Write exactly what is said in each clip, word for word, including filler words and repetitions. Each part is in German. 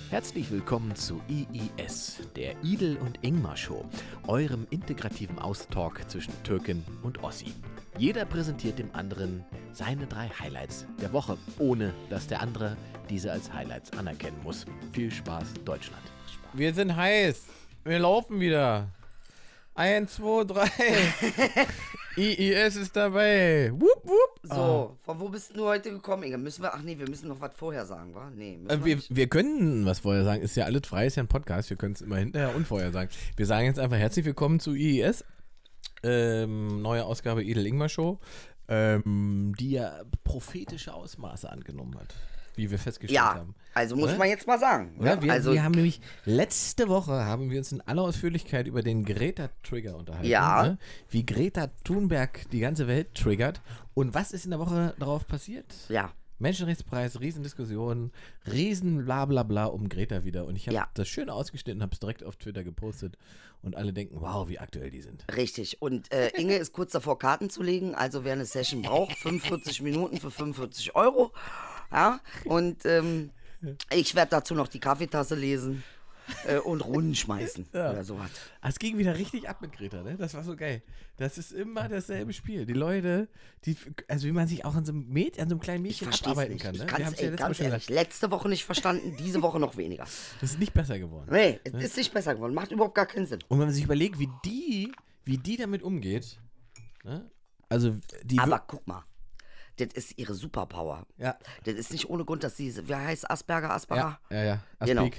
Herzlich willkommen zu I I S, der Idel und Ingmar Show, eurem integrativen Austalk zwischen Türkin und Ossi. Jeder präsentiert dem anderen seine drei Highlights der Woche, ohne dass der andere diese als Highlights anerkennen muss. Viel Spaß, Deutschland. Wir sind heiß. Wir laufen wieder. Eins, zwei, drei. I I S ist dabei. Wupp, wupp. So, Ah. von wo bist du heute gekommen, Inge? Müssen wir, ach nee, wir müssen noch was vorher sagen, wa? Nee, müssen Äh, wir wir, nicht. wir können was vorher sagen. Ist ja alles frei, ist ja ein Podcast. Wir können es immer hinterher und vorher sagen. Wir sagen jetzt einfach herzlich willkommen zu I I S. Ähm, neue Ausgabe Idel Ingmar Show. Ähm, die ja prophetische Ausmaße angenommen hat. Wie wir festgestellt Ja, haben. also muss Oder? man jetzt mal sagen. Oder? Ne? Wir, also, wir haben nämlich, letzte Woche haben wir uns in aller Ausführlichkeit über den Greta-Trigger unterhalten. Ja. Ne? Wie Greta Thunberg die ganze Welt triggert. Und was ist in der Woche darauf passiert? ja, Menschenrechtspreis, Riesendiskussion, riesen Blablabla um Greta wieder. Und ich habe Ja. das schön ausgeschnitten, habe es direkt auf Twitter gepostet. Und alle denken, wow, wie aktuell die sind. richtig. Und äh, Inge ist kurz davor, Karten zu legen. Also wer eine Session braucht, fünfundvierzig Minuten für fünfundvierzig Euro. Ja, und ähm, ich werde dazu noch die Kaffeetasse lesen äh, und Runden schmeißen Ja. oder sowas. Es ging wieder richtig ab mit Greta, ne? Das war so geil. Das ist immer dasselbe Spiel. Die Leute, die, also wie man sich auch an so einem, Mäd, an so einem kleinen Ich Mädchen verstehe es abarbeiten nicht. kann. Ne? Ich Wir kann haben's es, ja ey, letztes Mal ganz schon ehrlich, gesagt. letzte Woche nicht verstanden, diese Woche noch weniger. Das ist nicht besser geworden. Nee, es ist nicht besser geworden. Macht überhaupt gar keinen Sinn. Und wenn man sich überlegt, wie die, wie die damit umgeht, ne? Also die Aber wir- guck mal, das ist ihre Superpower. ja, Das ist nicht ohne Grund, dass sie, wie heißt Asperger, Asperger? ja, ja, ja. Genau. Aspik.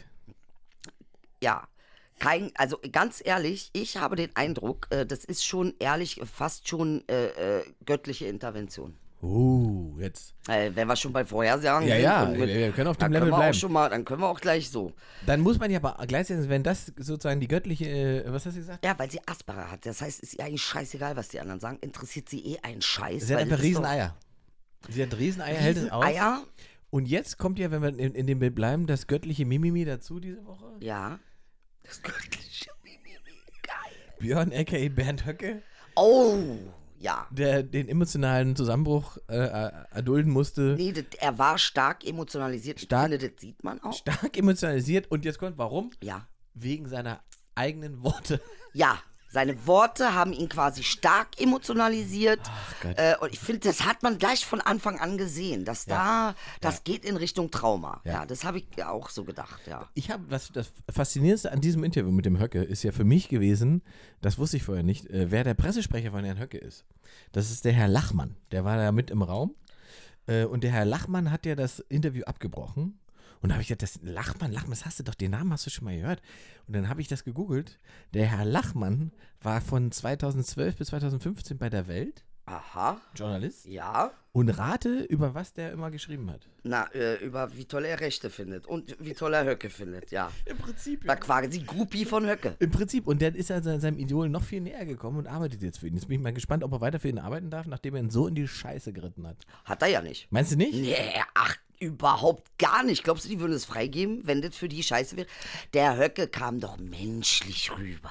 Ja. Kein, also ganz ehrlich, ich habe den Eindruck, äh, das ist schon ehrlich fast schon äh, äh, göttliche Intervention. Uh, jetzt. Äh, wenn wir schon bei Vorhersagen Ja, sind ja, und mit- wir können auf dem dann Level können wir bleiben. Auch schon mal, dann können wir auch gleich so. Dann muss man ja aber gleichzeitig, wenn das sozusagen die göttliche, äh, was hast du gesagt? Ja, weil sie Asperger hat. Das heißt, ist ihr eigentlich scheißegal, was die anderen sagen. Interessiert sie eh einen Scheiß. Sie hat weil einfach das ist doch- Rieseneier. Sie hat Rieseneier, hält es aus. Rieseneier? Und jetzt kommt ja, wenn wir in, in dem Bild bleiben, das göttliche Mimimi dazu diese Woche. Ja. Das göttliche Mimimi. Geil. Björn, aka Bernd Höcke, Oh, ja. der den emotionalen Zusammenbruch äh, äh, erdulden musste. Nee, das, er war stark emotionalisiert. Stark- Ich finde, das sieht man auch. Stark emotionalisiert. Und jetzt kommt, warum? Ja. Wegen seiner eigenen Worte. Ja, seine Worte haben ihn quasi stark emotionalisiert. Ach Gott. Äh, und ich finde, das hat man gleich von Anfang an gesehen, dass Ja. da, das geht in Richtung Trauma. Ja. Ja, das habe ich ja auch so gedacht, ja. Ich habe, was das Faszinierendste an diesem Interview mit dem Höcke ist ja für mich gewesen, das wusste ich vorher nicht, äh, wer der Pressesprecher von Herrn Höcke ist. Das ist der Herr Lachmann. Der war da mit im Raum. Äh, und der Herr Lachmann hat ja das Interview abgebrochen. Und da habe ich gedacht, das Lachmann, Lachmann, das hast du doch, den Namen hast du schon mal gehört. Und dann habe ich das gegoogelt. Der Herr Lachmann war von zweitausendzwölf bis zweitausendfünfzehn bei der Welt, Aha, Journalist. ja. Und rate, über was der immer geschrieben hat. Na, äh, über wie toll er Rechte findet und wie toll er Höcke findet, ja. Im Prinzip. War quasi Groupie von Höcke. Im Prinzip. Und der ist ja seinem Idol noch viel näher gekommen und arbeitet jetzt für ihn. Jetzt bin ich mal gespannt, ob er weiter für ihn arbeiten darf, nachdem er ihn so in die Scheiße geritten hat. Hat er ja nicht. Meinst du nicht? Nee, ach, überhaupt gar nicht. Glaubst du, die würden es freigeben, wenn das für die scheiße wäre? Der Höcke kam doch menschlich rüber.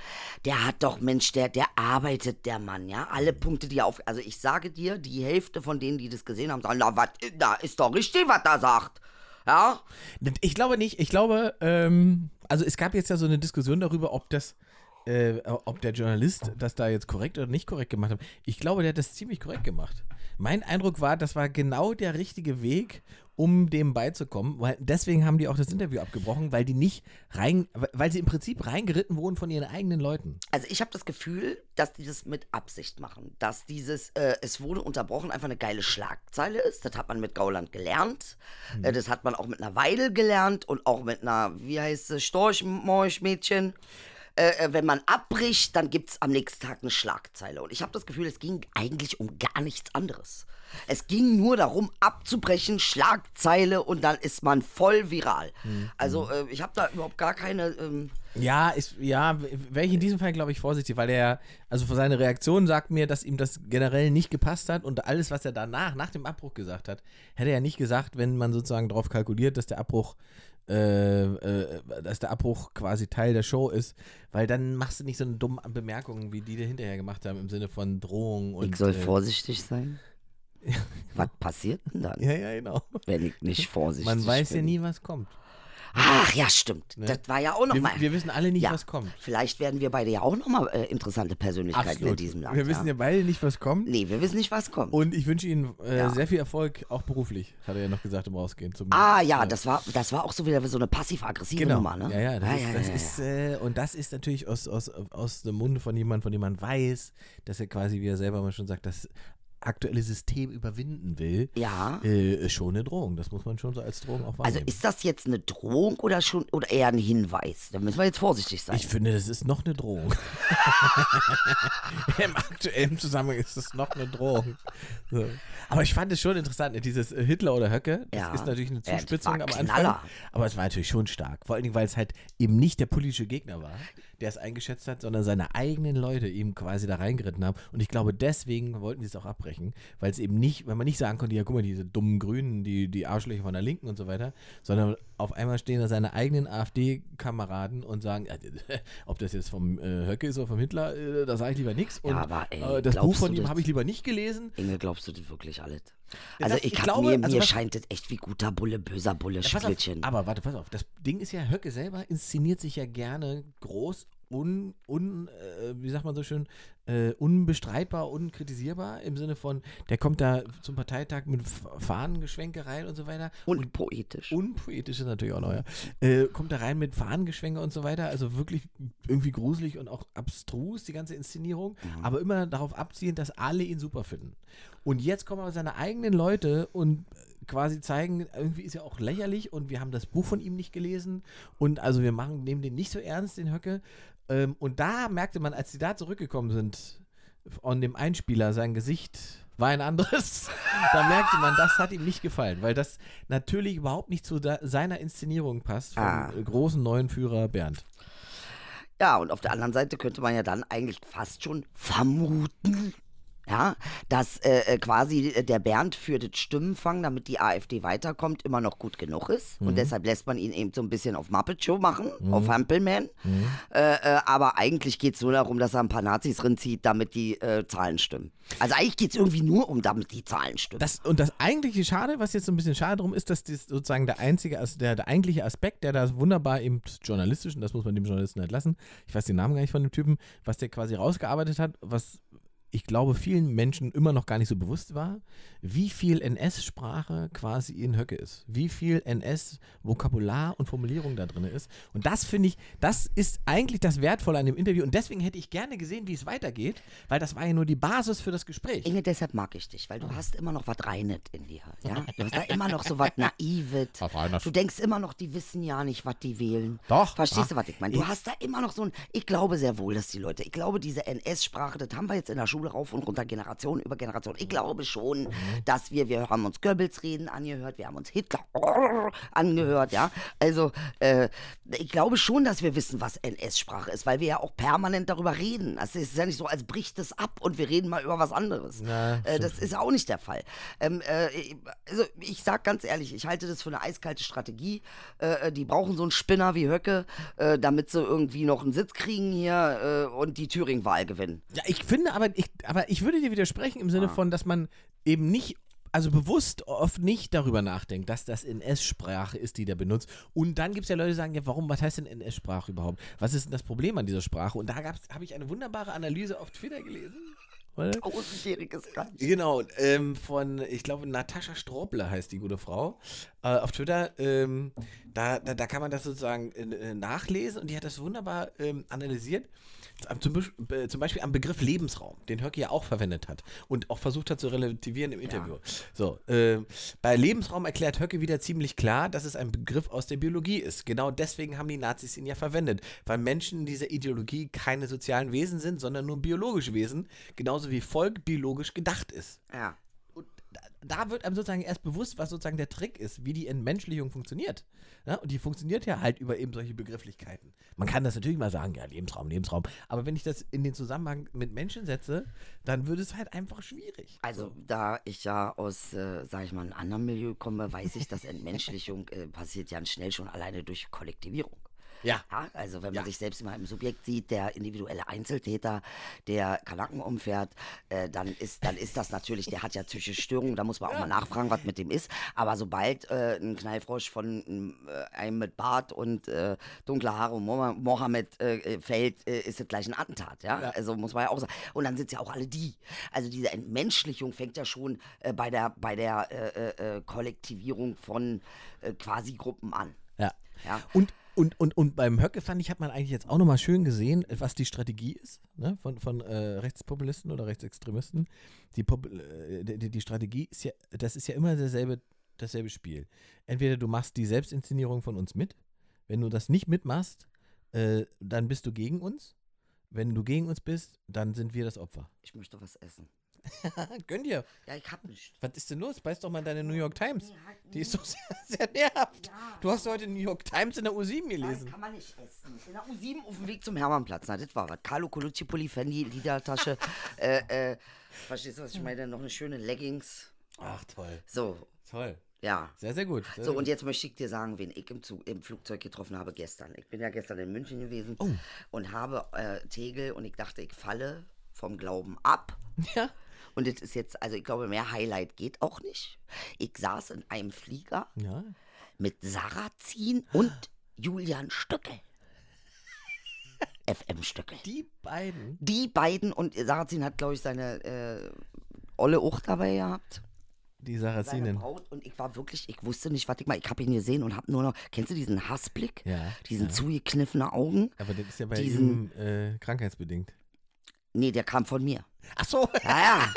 Der hat doch, Mensch, der, der arbeitet, der Mann, ja. Alle Punkte, die er auf. Also ich sage dir, die Hälfte von denen, die das gesehen haben, sagen, na, was, da ist doch richtig, was er sagt. Ja? Ich glaube nicht. Ich glaube, ähm, also es gab jetzt ja so eine Diskussion darüber, ob das, äh, ob der Journalist das da jetzt korrekt oder nicht korrekt gemacht hat. Ich glaube, der hat das ziemlich korrekt gemacht. Mein Eindruck war, das war genau der richtige Weg, um dem beizukommen, weil deswegen haben die auch das Interview abgebrochen, weil die nicht rein, weil sie im Prinzip reingeritten wurden von ihren eigenen Leuten. Also ich habe das Gefühl, dass die das mit Absicht machen. Dass dieses, äh, es wurde unterbrochen, einfach eine geile Schlagzeile ist. Das hat man mit Gauland gelernt. Mhm. Äh, das hat man auch mit einer Weidel gelernt und auch mit einer, wie heißt es, Storchmorchmädchen. Äh, äh, wenn man abbricht, dann gibt es am nächsten Tag eine Schlagzeile. Und ich habe das Gefühl, es ging eigentlich um gar nichts anderes. Es ging nur darum, abzubrechen, Schlagzeile und dann ist man voll viral. Mhm. Also äh, ich habe da überhaupt gar keine... Ähm, Ja, ist, ja, wäre ich in diesem Fall, glaube ich, vorsichtig, weil er, also für seine Reaktion sagt mir, dass ihm das generell nicht gepasst hat und alles, was er danach, nach dem Abbruch gesagt hat, hätte er nicht gesagt, wenn man sozusagen darauf kalkuliert, dass der Abbruch, äh, äh, dass der Abbruch quasi Teil der Show ist, weil dann machst du nicht so eine dumme Bemerkungen, wie die da hinterher gemacht haben, im Sinne von Drohung und. ich soll äh, vorsichtig sein? Was passiert denn dann, Ja, ja, genau. wenn ich nicht vorsichtig bin? Man weiß ja nie, was kommt. Ach ja, stimmt. Ne? Das war ja auch noch Wir, mal. wir wissen alle nicht, ja, was kommt. vielleicht werden wir beide ja auch noch mal äh, interessante Persönlichkeiten in diesem Land. Wir wissen ja beide nicht, was kommt. Nee, wir wissen nicht, was kommt. Und ich wünsche Ihnen äh, Ja. sehr viel Erfolg, auch beruflich, hat er ja noch gesagt im Rausgehen. Zum, ah ja, das war, das war auch so wieder so eine passiv-aggressive Genau. Nummer, ne? Ja, ja, das Ah, ist, ja, das ja, ist äh, und das ist natürlich aus, aus, aus dem Munde von jemandem, von dem man weiß, dass er quasi, wie er selber mal schon sagt, das aktuelle System überwinden will, Ja. äh, schon eine Drohung. Das muss man schon so als Drohung auch Also wahrnehmen. ist das jetzt eine Drohung oder schon oder eher ein Hinweis? Da müssen wir jetzt vorsichtig sein. Ich finde, das ist noch eine Drohung. Im aktuellen Zusammenhang ist es noch eine Drohung. So. Aber ich fand es schon interessant, ne, dieses äh, Hitler oder Höcke, das Ja. ist natürlich eine Ja, das Zuspitzung war am Anfang, Knaller. aber es war natürlich schon stark. Vor allen Dingen, weil es halt eben nicht der politische Gegner war, der es eingeschätzt hat, sondern seine eigenen Leute ihm quasi da reingeritten haben. Und ich glaube, deswegen wollten sie es auch abbrechen, weil es eben nicht, weil man nicht sagen konnte, ja guck mal, diese dummen Grünen, die, die Arschlöcher von der Linken und so weiter, sondern auf einmal stehen da seine eigenen AfD-Kameraden und sagen, äh, ob das jetzt vom äh, Höcke ist oder vom Hitler, äh, da sage ich lieber nichts. Und aber, ey, äh, das Buch glaubst von du ihm das? habe ich lieber nicht gelesen. Inge, glaubst du das wirklich alles? Ja, Also das- ich, ich hab glaube, mir, also mir was- scheint das echt wie guter Bulle, böser Bulle, Ja, pass auf, Spielchen. aber warte, pass auf. Das Ding ist ja, Höcke selber inszeniert sich ja gerne groß, un, un äh, wie sagt man so schön, äh, unbestreitbar, unkritisierbar im Sinne von, der kommt da zum Parteitag mit F- Fahnengeschwenke rein und so weiter. Und poetisch. Unpoetisch ist natürlich auch noch, ja. Äh, kommt da rein mit Fahnengeschwenke und so weiter. Also wirklich irgendwie gruselig und auch abstrus, die ganze Inszenierung. Mhm. Aber immer darauf abzielen, dass alle ihn super finden. Und jetzt kommen aber seine eigenen Leute und quasi zeigen, irgendwie ist er auch lächerlich und wir haben das Buch von ihm nicht gelesen und also wir machen, nehmen den nicht so ernst, den Höcke. Ähm, und da merkte man, als sie da zurückgekommen sind, von dem Einspieler, sein Gesicht war ein anderes. Da merkte man, das hat ihm nicht gefallen, weil das natürlich überhaupt nicht zu da, seiner Inszenierung passt vom Ah. äh, großen neuen Führer Bernd. Ja, und auf der anderen Seite könnte man ja dann eigentlich fast schon vermuten, ja, dass äh, äh, quasi äh, der Bernd für das Stimmenfang, damit die AfD weiterkommt, immer noch gut genug ist. Und deshalb lässt man ihn eben so ein bisschen auf Muppet Show machen, auf Hampelman. Äh, äh, aber eigentlich geht es nur darum, dass er ein paar Nazis rinzieht, damit die äh, Zahlen stimmen. Also eigentlich geht es irgendwie nur um, damit die Zahlen stimmen. Das, und das eigentliche Schade, was jetzt so ein bisschen schade drum ist, dass das sozusagen der einzige, As- der, der eigentliche Aspekt, der da wunderbar eben journalistisch, und das muss man dem Journalisten halt lassen, ich weiß den Namen gar nicht von dem Typen, was der quasi rausgearbeitet hat, was ich glaube vielen Menschen immer noch gar nicht so bewusst war, wie viel N S-Sprache quasi in Höcke ist. Wie viel N S-Vokabular und Formulierung da drin ist. Und das finde ich, das ist eigentlich das Wertvolle an dem Interview. Und deswegen hätte ich gerne gesehen, wie es weitergeht, weil das war ja nur die Basis für das Gespräch. Inge, deshalb mag ich dich, weil du hast immer noch was Reines in dir. Ja? Du hast da immer noch so was Naives. Was Reines. Du denkst immer noch, die wissen ja nicht, was die wählen. Doch. Verstehst Ah. du, was ich meine? Du hast da immer noch so ein. Ich glaube sehr wohl, dass die Leute. Ich glaube, diese N S-Sprache, das haben wir jetzt in der Schule rauf und runter, Generation über Generation. Ich glaube schon, dass wir, wir haben uns Goebbels reden angehört, wir haben uns Hitler angehört, ja. Also, äh, ich glaube schon, dass wir wissen, was N S-Sprache ist, weil wir ja auch permanent darüber reden. Also, es ist ja nicht so, als bricht es ab und wir reden mal über was anderes. Na, äh, das ist auch nicht der Fall. Ähm, äh, also, ich sag ganz ehrlich, ich halte das für eine eiskalte Strategie. Äh, die brauchen so einen Spinner wie Höcke, äh, damit sie irgendwie noch einen Sitz kriegen hier äh, und die Thüringen-Wahl gewinnen. Ja, ich finde aber, ich, aber ich würde dir widersprechen im Sinne von, dass man eben nicht, also bewusst oft nicht darüber nachdenkt, dass das N S-Sprache ist, die der benutzt. Und dann gibt es ja Leute, die sagen, ja, warum, was heißt denn N S-Sprache überhaupt? Was ist denn das Problem an dieser Sprache? Und da habe ich eine wunderbare Analyse auf Twitter gelesen. Warte. Tausendjähriges Land. Genau, ähm, von, ich glaube, Natascha Strobler heißt die gute Frau, äh, auf Twitter. Ähm, da, da, da kann man das sozusagen äh, nachlesen und die hat das wunderbar ähm, analysiert. Zum, äh, zum Beispiel am Begriff Lebensraum, den Höcke ja auch verwendet hat und auch versucht hat zu relativieren im Interview. Ja. So, äh, bei Lebensraum erklärt Höcke wieder ziemlich klar, dass es ein Begriff aus der Biologie ist. Genau deswegen haben die Nazis ihn ja verwendet, weil Menschen in dieser Ideologie keine sozialen Wesen sind, sondern nur biologische Wesen, genauso wie Volk biologisch gedacht ist. Ja. Und da, da wird einem sozusagen erst bewusst, was sozusagen der Trick ist, wie die Entmenschlichung funktioniert. Ja, und die funktioniert ja halt über eben solche Begrifflichkeiten. Man kann das natürlich mal sagen, ja, Lebensraum, Lebensraum. Aber wenn ich das in den Zusammenhang mit Menschen setze, dann wird es halt einfach schwierig. Also, da ich ja aus, äh, sag ich mal, einem anderen Milieu komme, weiß ich, dass Entmenschlichung äh, passiert ganz schnell schon alleine durch Kollektivierung. Ja. ja also wenn man Ja. sich selbst immer im Subjekt sieht, der individuelle Einzeltäter, der Kanaken umfährt, äh, dann, ist, dann ist das natürlich, der hat ja psychische Störungen, da muss man auch mal nachfragen, was mit dem ist. Aber sobald äh, ein Knallfrosch von äh, einem mit Bart und äh, dunkle Haare und Mo- Mohammed äh, fällt, äh, ist das gleich ein Attentat. Ja? Ja. Also muss man ja auch sagen. Und dann sind es ja auch alle die. Also diese Entmenschlichung fängt ja schon äh, bei der, bei der äh, äh, Kollektivierung von äh, quasi Gruppen an. Ja. Ja. Und, und, und, und beim Höcke fand ich, hat man eigentlich jetzt auch nochmal schön gesehen, was die Strategie ist, ne, von, von äh, Rechtspopulisten oder Rechtsextremisten. Die, Pop äh, die, die Strategie ist ja, das ist ja immer dasselbe, dasselbe Spiel. Entweder du machst die Selbstinszenierung von uns mit, wenn du das nicht mitmachst, äh, dann bist du gegen uns. Wenn du gegen uns bist, dann sind wir das Opfer. Ich möchte was essen. Gönn dir. Ja, ich hab nicht. Was ist denn los? Beiß doch mal in deine New York Times. Nee, halt Die ist doch sehr, sehr nervt. Ja. Du hast heute New York Times in der U sieben Nein, gelesen. kann man nicht essen. In der U sieben auf dem Weg zum Hermannplatz. Na, das war was. Carlo Colucci, Pulli, Fendi, Liedertasche. äh, äh, verstehst du, was ich meine? Noch eine schöne Leggings. Ach, toll. So, Toll. ja. Sehr, sehr gut. Sehr, So, sehr und jetzt möchte ich dir sagen, wen ich im, Zug, im Flugzeug getroffen habe gestern. Ich bin ja gestern in München gewesen Oh. und habe äh, Tegel und ich dachte, ich falle vom Glauben ab. gut. Ja. Und das ist jetzt, also ich glaube, mehr Highlight geht auch nicht. Ich saß in einem Flieger Ja. mit Sarrazin und Julian Stöckel. F M Stöckel. Die beiden. Die beiden, und Sarrazin hat, glaube ich, seine äh, Olle auch dabei gehabt. Die Seine Sarazinen. Braut. Und ich war wirklich, ich wusste nicht, was ich mal, ich habe ihn gesehen und habe nur noch, kennst du diesen Hassblick? Ja. Diesen ja. zugekniffenen Augen? Aber das ist ja bei diesen- ihm äh, krankheitsbedingt. Nee, der kam von mir. Ach so. Ja, ja.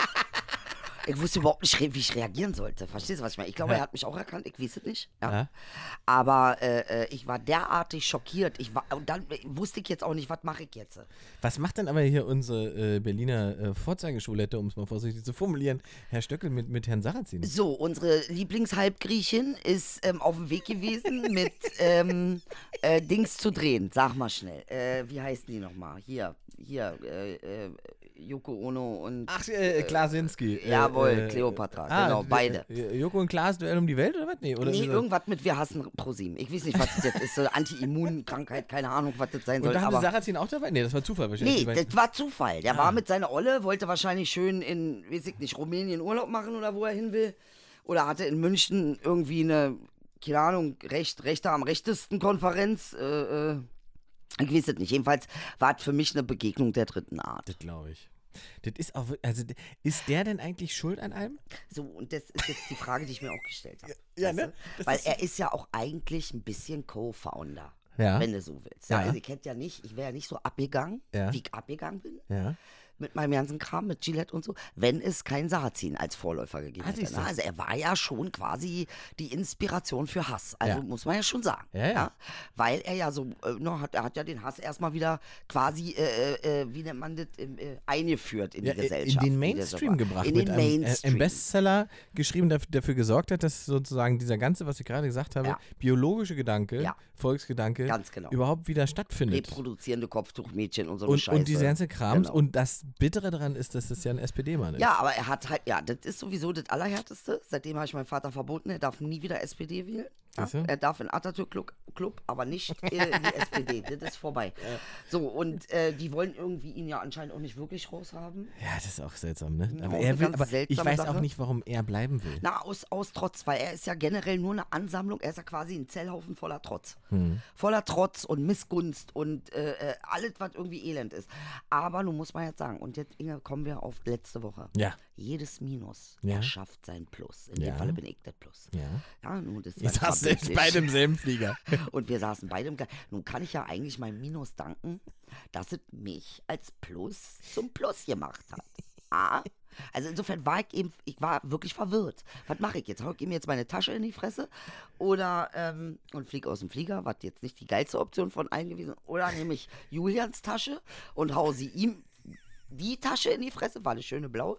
Ich wusste überhaupt nicht, re- wie ich reagieren sollte. Verstehst du, was ich meine? Ich glaube, Ja. er hat mich auch erkannt, ich weiß es nicht. Ja. Ja. Aber äh, äh, ich war derartig schockiert. Ich war, und dann wusste ich jetzt auch nicht, was mache ich jetzt. Was macht denn aber hier unsere äh, Berliner äh, Vorzeigeschulette, um es mal vorsichtig zu formulieren, Herr Stöckel mit, mit Herrn Sarrazin? So, unsere Lieblingshalbgriechin ist ähm, auf dem Weg gewesen, mit ähm, äh, Dings zu drehen. Sag mal schnell. Äh, wie heißen die nochmal? Hier, hier, äh, äh, Yoko Ono und. Ach, äh, Klasinski. Äh, Jawohl, äh, Kleopatra, ah, genau, d- beide. äh, Joko und Klaas, Duell um die Welt oder was? Nee, oder Nee, oder- irgendwas mit Wir hassen ProSieben. Ich weiß nicht, was das jetzt ist. So eine Anti-Immunkrankheit, keine Ahnung, was das sein Und soll. da haben wir Aber Sarrazin auch dabei? Nee, das war Zufall wahrscheinlich. nee, Die beiden- das war Zufall. Der Ah. war mit seiner Olle, wollte wahrscheinlich schön in, weiß ich nicht, Rumänien Urlaub machen oder wo er hin will. Oder hatte in München irgendwie eine, keine Ahnung, recht, rechter am rechtesten Konferenz. Äh, äh, ich weiß es nicht. Jedenfalls war es für mich eine Begegnung der dritten Art. Das glaube ich. Das ist auch, wir- also ist der denn eigentlich schuld an allem? So, und das ist jetzt die Frage, die ich mir auch gestellt habe. Ja, Weißt ne? du? Das Weil ist- er ist ja auch eigentlich ein bisschen Co-Founder. Ja. Wenn du so willst. Ja. Ja. Also ihr kennt ja nicht, ich wäre ja nicht so abgegangen, Ja. wie ich abgegangen bin. Ja. Mit meinem ganzen Kram, mit Gillette und so, wenn es keinen Sarrazin als Vorläufer gegeben Ah, hätte. siehst du. Ne? Also er war ja schon quasi die Inspiration für Hass. Also Ja. muss man ja schon sagen. Ja, ja. Weil er ja so, äh, no, hat, er hat ja den Hass erstmal wieder quasi, äh, äh, wie nennt man das, im, äh, eingeführt in Ja, die in Gesellschaft. den wie das so Mainstream war. gebracht. In mit den einem, äh, Mainstream. einem Bestseller geschrieben, dafür, dafür gesorgt hat, dass sozusagen dieser ganze, was ich gerade gesagt habe, Ja. biologische Gedanke, Ja. Volksgedanke, Ganz genau. überhaupt wieder stattfindet. Reproduzierende Kopftuchmädchen und so eine Und, Scheiße. und diese ganze Krams. Genau. Und das Bittere daran ist, dass das ja ein S P D-Mann ist. Ja, aber er hat halt, ja, das ist sowieso das Allerhärteste. Seitdem habe ich meinem Vater verboten, er darf nie wieder S P D wählen. Ja, Siehst du? er darf in Atatürk-Club, Club, aber nicht äh, die S P D. Das ist vorbei. So, und äh, die wollen irgendwie ihn ja anscheinend auch nicht wirklich raushaben. Ja, das ist auch seltsam, ne? Ja, Aber, auch er eine will, ganz aber ich seltsame weiß Sache. auch nicht, warum er bleiben will. Na, aus, aus Trotz, weil er ist ja generell nur eine Ansammlung, er ist ja quasi ein Zellhaufen voller Trotz. Hm. Voller Trotz und Missgunst und äh, äh, alles, was irgendwie Elend ist. Aber nun muss man jetzt sagen, und jetzt, Inge, kommen wir auf letzte Woche. Ja. Jedes Minus Ja. erschafft sein Plus. In Ja. dem Falle bin ich das Plus. Ja. Ja, nun, das Ihr war saßt jetzt verbindlich. beide im selben Flieger. Und wir saßen beide im Ge Nun kann ich ja eigentlich meinem Minus danken, dass es mich als Plus zum Plus gemacht hat. Ah, also insofern war ich eben, ich war wirklich verwirrt. Was mache ich jetzt? Hau ich ihm jetzt meine Tasche in die Fresse oder ähm, und fliege aus dem Flieger, was jetzt nicht die geilste Option von allen gewesen ist. Oder nehme ich Julians Tasche und hau sie ihm die Tasche in die Fresse, war eine schöne blau.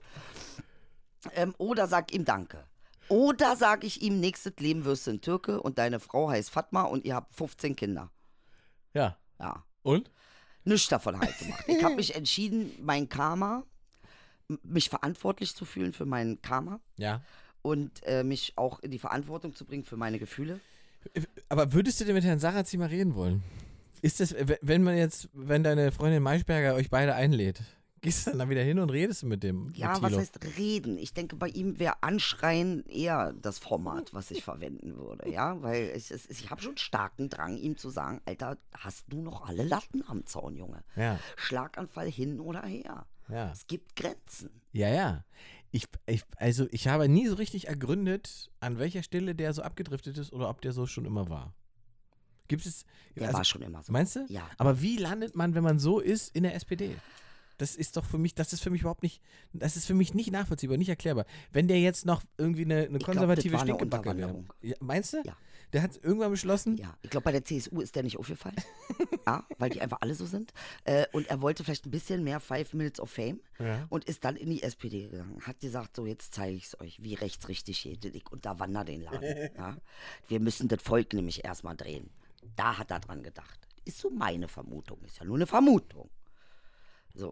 Ähm, oder sag ihm Danke. Oder sag ich ihm, nächstes Leben wirst du ein Türke und deine Frau heißt Fatma und ihr habt fünfzehn Kinder. Ja. Ja, Und? nichts davon halt gemacht. Ich habe mich entschieden, mein Karma, m- mich verantwortlich zu fühlen für mein Karma Ja. und äh, mich auch in die Verantwortung zu bringen für meine Gefühle. Aber würdest du denn mit Herrn Sarrazin mal reden wollen? Ist das, w- wenn man jetzt, wenn deine Freundin Maischberger euch beide einlädt, gehst du dann da wieder hin und redest mit dem? Ja, mit was Thilo? heißt reden? Ich denke, bei ihm wäre Anschreien eher das Format, was ich verwenden würde, ja, weil ich, es- ich habe schon starken Drang, ihm zu sagen, Alter, hast du noch alle Latten am Zaun, Junge? Ja, Schlaganfall hin oder her. ja. Es gibt Grenzen. Ja, ja. Ich, ich, also ich habe nie so richtig ergründet, an welcher Stelle der so abgedriftet ist oder ob der so schon immer war. Gibt es. Der also, war schon immer so. Meinst du? Ja. Aber wie landet man, wenn man so ist, in der S P D? Das ist doch für mich, das ist für mich überhaupt nicht, das ist für mich nicht nachvollziehbar, nicht erklärbar. Wenn der jetzt noch irgendwie eine, eine Ich glaub, konservative das war eine Stinkebacke wäre. Unterwanderung. Ja, meinst du? Ja. Der hat irgendwann beschlossen, Ja, ich glaube, bei der C S U ist der nicht aufgefallen. Ja, weil die einfach alle so sind. Äh, und er wollte vielleicht ein bisschen mehr Five Minutes of Fame Ja. und ist dann in die S P D gegangen. Hat gesagt, so jetzt zeige ich es euch, wie rechtsrichtig geht. Ich unterwandere den Laden. Ja. Wir müssen das Volk nämlich erstmal drehen. Da hat er dran gedacht. Ist so meine Vermutung. Ist ja nur eine Vermutung. So.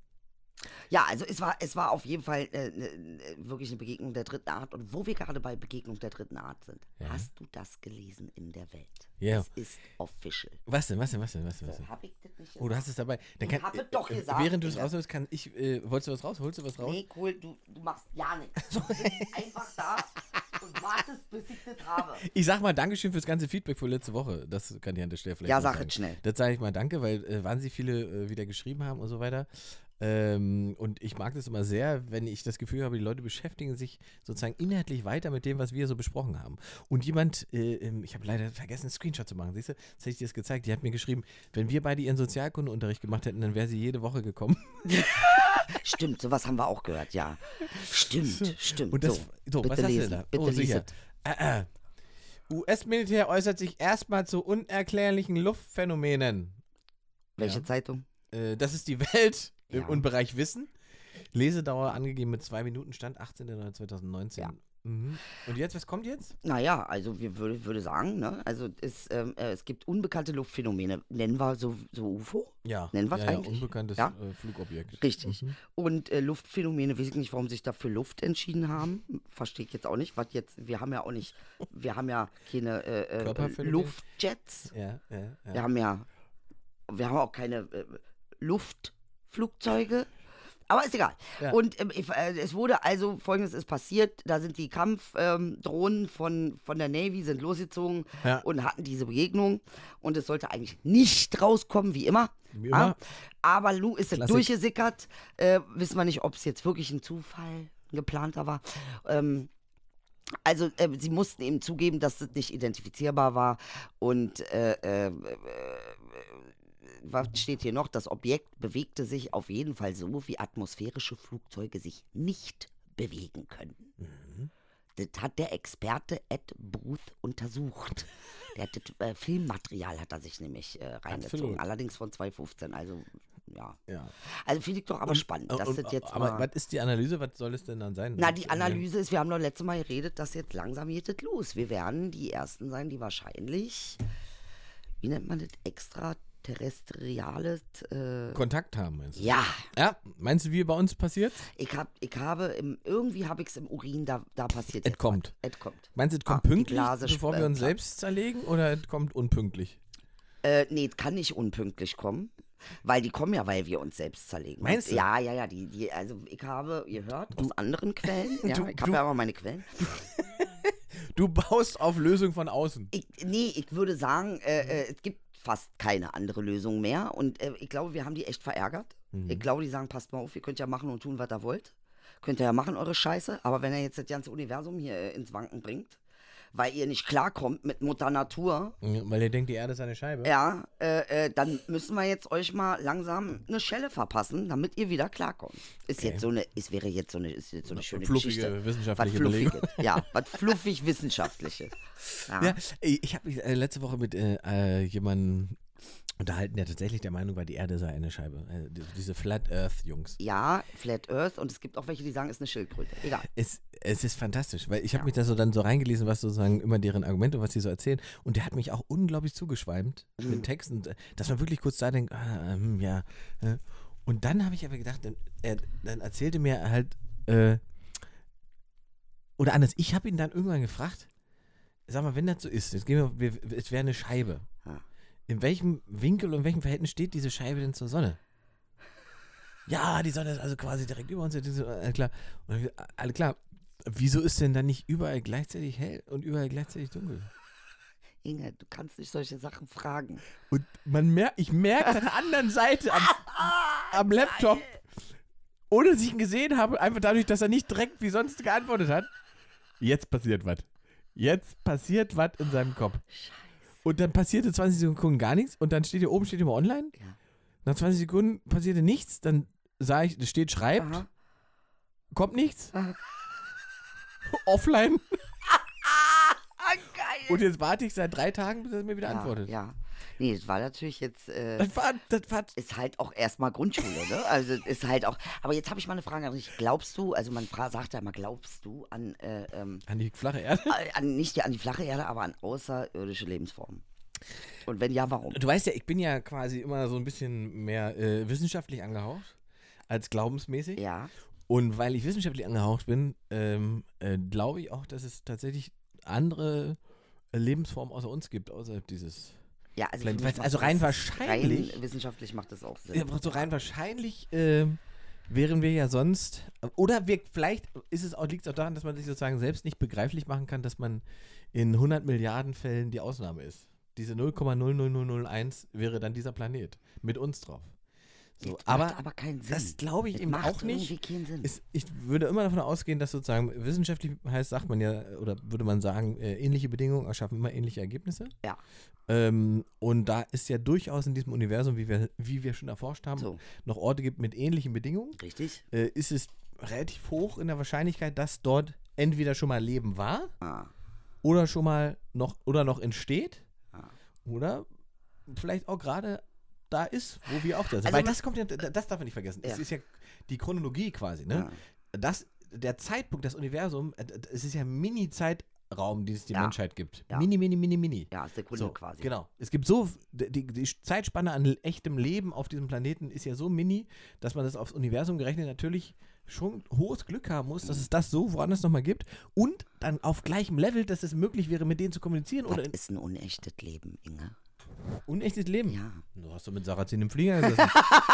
Ja, also es war, es war auf jeden Fall äh, ne, wirklich eine Begegnung der dritten Art. Und wo wir gerade bei Begegnung der dritten Art sind, Ja. hast du das gelesen in der Welt? Ja. Es ist official. was denn, was denn, was denn, was denn, was denn? Hab ich das nicht Oh, du hast es dabei. Dann Ich kann, habe doch äh, gesagt, Während du es Digga. rausholst, kann ich, äh, wolltest du was raus? Holst du was raus? Nee, cool, du, du machst ja nichts. Du sitzt einfach da und wartest, bis ich das habe. Ich sag mal Dankeschön fürs ganze Feedback für letzte Woche. Das kann ich an der Stelle vielleicht Ja, noch sag sagen. es schnell. Das sage ich mal Danke, weil äh, wahnsinnig viele äh, wieder geschrieben haben und so weiter. Ähm, und ich mag das immer sehr, wenn ich das Gefühl habe, die Leute beschäftigen sich sozusagen inhaltlich weiter mit dem, was wir so besprochen haben. Und jemand, äh, ähm, ich habe leider vergessen, einen Screenshot zu machen, siehst du, jetzt hätte ich dir das gezeigt, die hat mir geschrieben, wenn wir beide ihren Sozialkundeunterricht gemacht hätten, dann wäre sie jede Woche gekommen. Stimmt, sowas haben wir auch gehört, ja. Stimmt, stimmt. Und das, so, so, bitte was hast du lesen, da? bitte Oh, lies sicher. es. Äh, äh. U S-Militär äußert sich erstmal zu unerklärlichen Luftphänomenen. Welche Ja. Zeitung? Äh, das ist die Welt Ja. im Bereich Wissen. Lesedauer angegeben mit zwei Minuten, Stand achtzehnter November zweitausendneunzehn. Ja. Mhm. Und jetzt, was kommt jetzt? Naja, also wir würde würde sagen, ne, also es, ähm, äh, es gibt unbekannte Luftphänomene. Nennen wir so, so U F O? Ja, Nennen wir's ja, ja, eigentlich? unbekanntes Ja? äh, Flugobjekt. Richtig. Mhm. Und äh, Luftphänomene, weiß ich nicht, warum sie sich dafür Luft entschieden haben. Verstehe ich jetzt auch nicht. Was jetzt, wir haben ja auch nicht, wir haben ja keine äh, äh, Körperphänomen? Luftjets. Ja, ja, ja. Wir haben ja, wir haben auch keine äh, Luftflugzeuge. Aber ist egal. Ja. Und ähm, ich, äh, es wurde also, Folgendes ist passiert, da sind die Kampfdrohnen ähm, Drohnen von, von der Navy, sind losgezogen Ja. und hatten diese Begegnung. Und es sollte eigentlich nicht rauskommen, wie immer. Wie Ja? immer. Aber Lou ist es Klassik. durchgesickert. Äh, wissen wir nicht, ob es jetzt wirklich ein Zufall, ein geplanter war. Ähm, also äh, sie mussten eben zugeben, dass es nicht identifizierbar war. Und äh, äh, äh, was steht hier noch? Das Objekt bewegte sich auf jeden Fall so, wie atmosphärische Flugzeuge sich nicht bewegen können. Mhm. Das hat der Experte Ed Booth untersucht. Der hat das äh, Filmmaterial hat er sich nämlich äh, reingezogen. Absolut. Allerdings von zweitausendfünfzehn. Also ja. Ja. Also finde ich doch aber Und- spannend, und- dass und- das jetzt aber mal. was ist die Analyse? Was soll es denn dann sein? Na, die Analyse ist, wir haben doch letztes Mal geredet, dass jetzt langsam geht es los. Wir werden die Ersten sein, die wahrscheinlich, wie nennt man das, extraterrestriales, äh, Kontakt haben, meinst du? ja, Ja, meinst du, wie bei uns passiert? ich, hab, ich habe, im, irgendwie habe ich es im Urin, da, da passiert Es jetzt kommt. was. Es kommt. Meinst du, es kommt Ah, die pünktlich, Blase bevor sp- wir uns äh, selbst zerlegen, oder es kommt unpünktlich? Äh, nee, es kann nicht unpünktlich kommen, weil die kommen ja, weil wir uns selbst zerlegen. Meinst du? Ja, ja, ja, die, die, also ich habe gehört aus anderen Quellen, ja, Du- ich habe du- ja immer meine Quellen. Du baust auf Lösung von außen. Ich, nee, ich würde sagen, äh, äh, es gibt fast keine andere Lösung mehr. Und äh, ich glaube, wir haben die echt verärgert. Mhm. Ich glaube, die sagen, passt mal auf, ihr könnt ja machen und tun, was ihr wollt. Könnt ihr ja machen, eure Scheiße. Aber wenn er jetzt das ganze Universum hier äh, ins Wanken bringt, weil ihr nicht klarkommt mit Mutter Natur, Ja, weil ihr denkt, die Erde ist eine Scheibe. ja, äh, äh, dann müssen wir jetzt euch mal langsam eine Schelle verpassen, damit ihr wieder klarkommt. Ist Okay. jetzt so eine, es wäre jetzt so eine, ist jetzt so eine schöne fluffige Geschichte. wissenschaftliche was Fluffiges. Belegung. Ja, was fluffig Wissenschaftliches. Ja. Ja, ey, ich habe mich äh, letzte Woche mit äh, äh, jemandem unterhalten, der tatsächlich der Meinung war, die Erde sei eine Scheibe. Äh, die- diese Flat Earth Jungs. Ja, Flat Earth und es gibt auch welche, die sagen, es ist eine Schildkröte. Egal. Es, es ist fantastisch, weil ich habe Ja. mich da so dann so reingelesen, was sozusagen immer deren Argumente, was die so erzählen. Und der hat mich auch unglaublich zugeschweimt Mhm. mit Texten, dass man wirklich kurz da denkt, ah, hm, ja. äh. Und dann habe ich aber gedacht, dann, er, dann erzählte mir halt, äh, oder anders, ich habe ihn dann irgendwann gefragt, sag mal, wenn das so ist, jetzt gehen wir, wir, es wäre eine Scheibe. Ja. in welchem Winkel und in welchem Verhältnis steht diese Scheibe denn zur Sonne? Ja, die Sonne ist also quasi direkt über uns. Alle klar. Und dann, alle klar. Wieso ist denn dann nicht überall gleichzeitig hell und überall gleichzeitig dunkel? Inge, du kannst nicht solche Sachen fragen. Und man merkt, ich merke an der anderen Seite am, am Laptop, ohne dass ich ihn gesehen habe, einfach dadurch, dass er nicht direkt wie sonst geantwortet hat. Jetzt passiert was. Jetzt passiert was in seinem Kopf. Scheiße. Und dann passierte zwanzig Sekunden gar nichts und dann steht hier oben, steht immer online. Ja. Nach zwanzig Sekunden passierte nichts, dann sah ich, da steht schreibt, Aha. kommt nichts. Aha. Offline. Ah, geil. Und jetzt warte ich seit drei Tagen, bis er mir wieder ja, antwortet. Ja. Nee, das war natürlich jetzt. Äh, Das war, das war ist halt auch erstmal Grundschule, ne? Also ist halt auch. Aber jetzt habe ich mal eine Frage an dich. Glaubst du, also man fra- sagt ja immer, glaubst du an, äh, ähm, an die flache Erde. an nicht die, an die flache Erde, aber an außerirdische Lebensformen? Und wenn ja, warum? Du weißt ja, ich bin ja quasi immer so ein bisschen mehr äh, wissenschaftlich angehaucht als glaubensmäßig. Ja. Und weil ich wissenschaftlich angehaucht bin, ähm, äh, glaube ich auch, dass es tatsächlich andere äh, Lebensformen außer uns gibt, außerhalb dieses. Ja, also, Vielleicht- für mich also macht rein das- wahrscheinlich- Rein wissenschaftlich macht das auch Sinn. Ja, so rein wahrscheinlich ähm, wären wir ja sonst. Oder wir, vielleicht ist es auch, liegt es auch daran, dass man sich sozusagen selbst nicht begreiflich machen kann, dass man in hundert Milliarden Fällen die Ausnahme ist. Diese null Komma null null null null eins wäre dann dieser Planet mit uns drauf. So, Das aber macht aber keinen Sinn. das glaube ich Das eben macht auch nicht. irgendwie keinen Sinn. Ist, ich würde immer davon ausgehen, dass sozusagen wissenschaftlich heißt, sagt man ja, oder würde man sagen, äh, ähnliche Bedingungen erschaffen immer ähnliche Ergebnisse. Ja. Ähm, und da ist ja durchaus in diesem Universum, wie wir, wie wir schon erforscht haben, So. noch Orte gibt mit ähnlichen Bedingungen. Richtig? Äh, ist es relativ hoch in der Wahrscheinlichkeit, dass dort entweder schon mal Leben war Ah. oder schon mal noch oder noch entsteht Ah. oder vielleicht auch gerade da ist, wo wir auch da sind. Also Weil man- das kommt ja, das darf man nicht vergessen. Es Ja. ist ja die Chronologie quasi, ne? Ja. Das, der Zeitpunkt, das Universum, äh, es ist ja ein Mini-Zeitraum, den es die Ja. Menschheit gibt. Ja. Mini, mini, mini, mini. Ja, Sekunde So, quasi. genau. Es gibt so, die, die Zeitspanne an echtem Leben auf diesem Planeten ist ja so mini, dass man das aufs Universum gerechnet natürlich schon hohes Glück haben muss, dass es das so woanders nochmal gibt und dann auf gleichem Level, dass es möglich wäre, mit denen zu kommunizieren Was oder in ist ein unechtes Leben, Inge? unechtes Leben. Ja. Du hast doch mit Sarrazin im Flieger gesessen.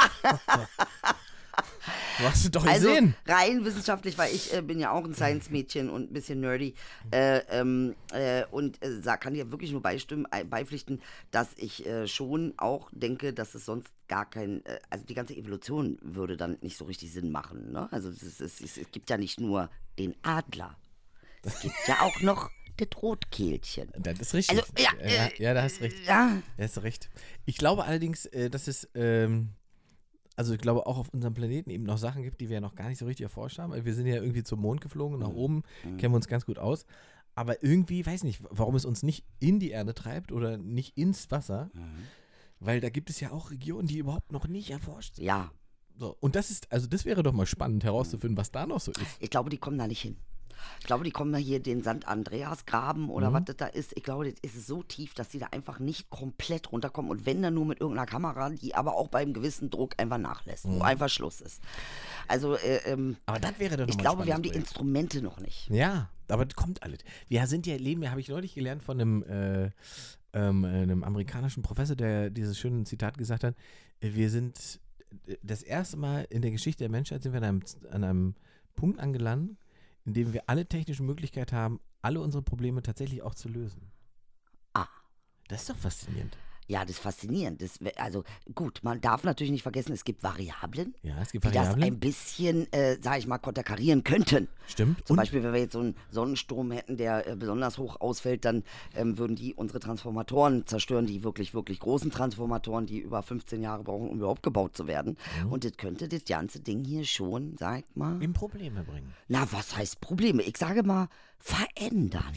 Du hast es doch Also gesehen. rein wissenschaftlich, weil ich äh, bin ja auch ein Science-Mädchen und ein bisschen nerdy äh, ähm, äh, und äh, sag- kann dir wirklich nur beistimmen, äh, beipflichten, dass ich äh, schon auch denke, dass es sonst gar kein, äh, also die ganze Evolution würde dann nicht so richtig Sinn machen. Ne? Also es, ist, es, ist, es gibt ja nicht nur den Adler, es gibt ja auch noch das Rotkehlchen. Das ist richtig. Also, ja, ja, äh, ja, da hast du recht. Ja, Da hast du recht. Ich glaube allerdings, äh, dass es, ähm, also ich glaube auch auf unserem Planeten eben noch Sachen gibt, die wir ja noch gar nicht so richtig erforscht haben. Wir sind ja irgendwie zum Mond geflogen, nach oben, kennen wir uns ganz gut aus. Aber irgendwie, weiß nicht, warum es uns nicht in die Erde treibt oder nicht ins Wasser, weil da gibt es ja auch Regionen, die überhaupt noch nicht erforscht sind. ja, So, und das ist, also das wäre doch mal spannend herauszufinden, was da noch so ist. ich glaube, die kommen da nicht hin. Ich glaube, die kommen da hier den Sankt Andreas graben oder Mhm. was das da ist. Ich glaube, das ist so tief, dass die da einfach nicht komplett runterkommen. Und wenn dann nur mit irgendeiner Kamera, die aber auch beim gewissen Druck einfach nachlässt, Mhm. wo einfach Schluss ist. Also, äh, ähm, Aber das wäre doch noch ich mal ein glaube, wir haben die spannendes Instrumente noch nicht. Ja, aber das kommt alles. Wir sind ja leben, ja, habe ich neulich gelernt von einem, äh, ähm, einem amerikanischen Professor, der dieses schöne Zitat gesagt hat. äh, Wir sind äh, das erste Mal in der Geschichte der Menschheit sind wir an einem, an einem Punkt angelangt, in dem wir alle technischen Möglichkeiten haben, alle unsere Probleme tatsächlich auch zu lösen. Ah. Das ist doch faszinierend. Ja, das ist faszinierend. Das, wär- also gut, man darf natürlich nicht vergessen, es gibt Variablen, Ja, es gibt die das Variablen. ein bisschen, äh, sag ich mal, konterkarieren könnten. Stimmt. Zum Und Beispiel, wenn wir jetzt so einen Sonnensturm hätten, der äh, besonders hoch ausfällt, dann ähm, würden die unsere Transformatoren zerstören, die wirklich, wirklich großen Transformatoren, die über fünfzehn Jahre brauchen, um überhaupt gebaut zu werden. Mhm. Und das könnte das ganze Ding hier schon, sag ich mal, in Probleme bringen. na, was heißt Probleme? Ich sage mal, verändern.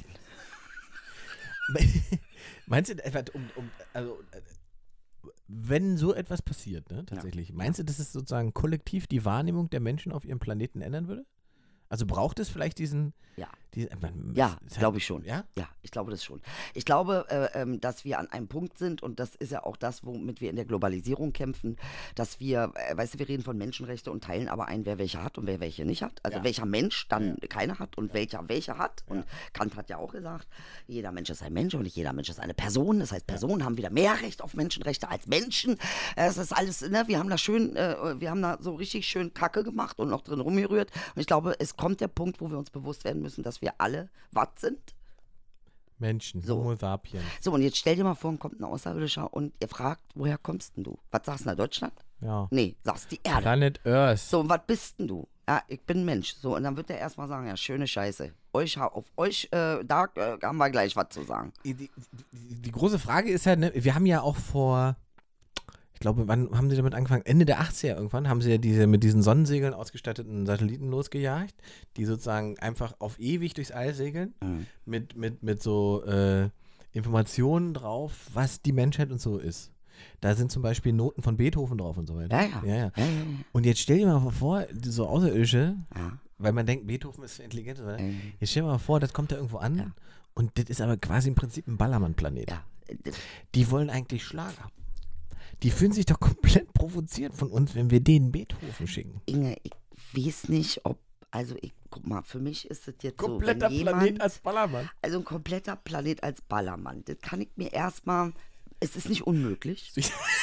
Meinst du, etwa um, um, also, äh, wenn so etwas passiert, ne, tatsächlich, meinst du, dass es sozusagen kollektiv die Wahrnehmung der Menschen auf ihrem Planeten ändern würde? Also braucht es vielleicht diesen, Ja. Die, man, Ja, ist halt- glaube ich schon. Ja? Ja, ich glaube das schon. Ich glaube, äh, ähm, dass wir an einem Punkt sind, und das ist ja auch das, womit wir in der Globalisierung kämpfen, dass wir, äh, weißt du, wir reden von Menschenrechte und teilen aber ein, wer welche hat und wer welche nicht hat. Also Ja. welcher Mensch dann keine hat und welcher welche hat. Und Kant hat ja auch gesagt, jeder Mensch ist ein Mensch und nicht jeder Mensch ist eine Person. Das heißt, Personen haben wieder mehr Recht auf Menschenrechte als Menschen. Äh, Es ist alles, ne, wir haben da schön, äh, wir haben da so richtig schön Kacke gemacht und noch drin rumgerührt. Und ich glaube, es kommt der Punkt, wo wir uns bewusst werden müssen, dass wir alle was sind. Menschen, So. Homo sapiens. So, und jetzt stell dir mal vor, kommt ein Außerirdischer und ihr fragt, woher kommst denn du? Was sagst du da, Deutschland? Ja. Nee, sagst die Erde. Planet Earth. So, und was bist denn du? Ja, ich bin ein Mensch. So, und dann wird er erstmal sagen, ja, schöne Scheiße. Euch, ha- auf euch, äh, da äh, haben wir gleich was zu sagen. Die, die, die große Frage ist halt, ne, wir haben ja auch vor, ich glaube, wann haben sie damit angefangen? Ende der achtziger irgendwann haben sie ja diese mit diesen Sonnensegeln ausgestatteten Satelliten losgejagt, die sozusagen einfach auf ewig durchs All segeln, Mhm. mit, mit, mit so äh, Informationen drauf, was die Menschheit und so ist. Da sind zum Beispiel Noten von Beethoven drauf und so weiter. Ja, ja. ja, ja. Ja, ja, ja. Und jetzt stell dir mal vor, so Außerirdische, Ja. weil man denkt, Beethoven ist intelligent, oder? Ähm. Jetzt stell dir mal vor, das kommt da irgendwo an Ja. und das ist aber quasi im Prinzip ein Ballermann-Planet. Ja. Äh, Die wollen eigentlich Schlager. Die fühlen sich doch komplett provoziert von uns, wenn wir denen Beethoven schicken. Inge, ich weiß nicht, ob, also ich, guck mal, für mich ist das jetzt Kompletter so, wenn jemand, Planet als Ballermann. also ein kompletter Planet als Ballermann, das kann ich mir erstmal, es ist nicht unmöglich.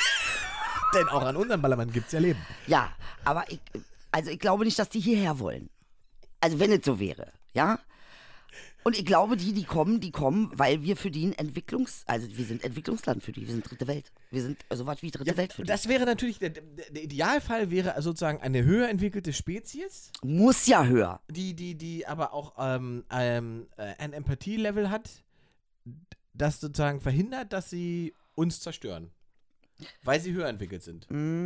Denn auch an unserem Ballermann gibt es ja Leben. Ja, aber ich, also ich glaube nicht, dass die hierher wollen. Also wenn es so wäre, ja. Und ich glaube, die, die kommen, die kommen, weil wir für die ein Entwicklungs-, also wir sind Entwicklungsland für die, wir sind dritte Welt. Wir sind so was wie dritte Welt für die. Das wäre natürlich, der, der, der Idealfall wäre sozusagen eine höher entwickelte Spezies, Muss ja höher. die, die, die aber auch ähm, ähm, äh, ein Empathielevel hat, das sozusagen verhindert, dass sie uns zerstören. Weil sie höher entwickelt sind.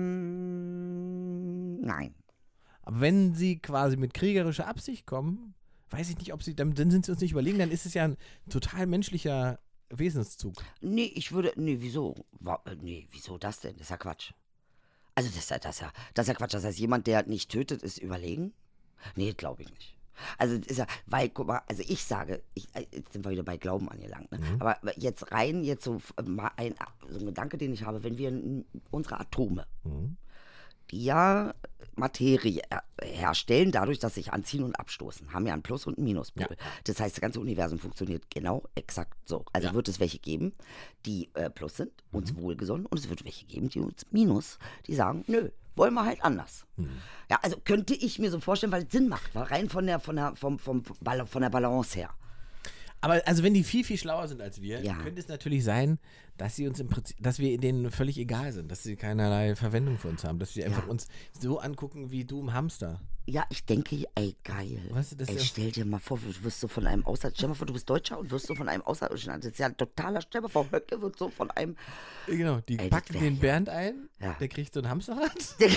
Mm, nein. Aber wenn sie quasi mit kriegerischer Absicht kommen, weiß ich nicht, ob sie, dann, dann sind sie uns nicht überlegen, dann ist es ja ein total menschlicher Wesenszug. Nee, ich würde, nee, wieso? Wa- äh, Nee, wieso das denn? Das ist ja Quatsch. Also das ist ja, das ist ja, das ist ja Quatsch. Das heißt, jemand, der nicht tötet, ist überlegen? Nee, glaube ich nicht. Also das ist ja, weil, guck mal, also ich sage, ich, äh, jetzt sind wir wieder bei Glauben angelangt, ne? Aber jetzt rein, jetzt so äh, mal ein, so ein Gedanke, den ich habe, wenn wir n- unsere Atome, Mhm. die ja Materie her- herstellen, dadurch, dass sich anziehen und abstoßen, haben ja einen Plus- und einen Minuspol. Ja. Das heißt, das ganze Universum funktioniert genau exakt so. Also Ja. wird es welche geben, die äh, Plus sind, uns wohlgesonnen, und es wird welche geben, die uns Minus, die sagen, nö, wollen wir halt anders. Ja, also könnte ich mir so vorstellen, weil es Sinn macht, weil rein von der, von der, vom, vom, Ball- von der Balance her. Aber also wenn die viel, viel schlauer sind als wir, Ja. könnte es natürlich sein, dass sie uns im Prinzip, dass wir denen völlig egal sind, dass sie keinerlei Verwendung für uns haben, dass sie einfach uns so angucken wie du im Hamster. Ja, ich denke, ey, geil. Weißt du, das ey, ist- stell dir mal vor, du wirst so von einem Außerirdischen, stell dir mal vor, du bist Deutscher und wirst so von einem Außerirdischen, das ist ja ein totaler, stell dir mal vor, Höcke wird so von einem, Äh, Genau, die Ey, das packen wär den ja- Bernd ein, Ja. der kriegt so ein Hamsterrad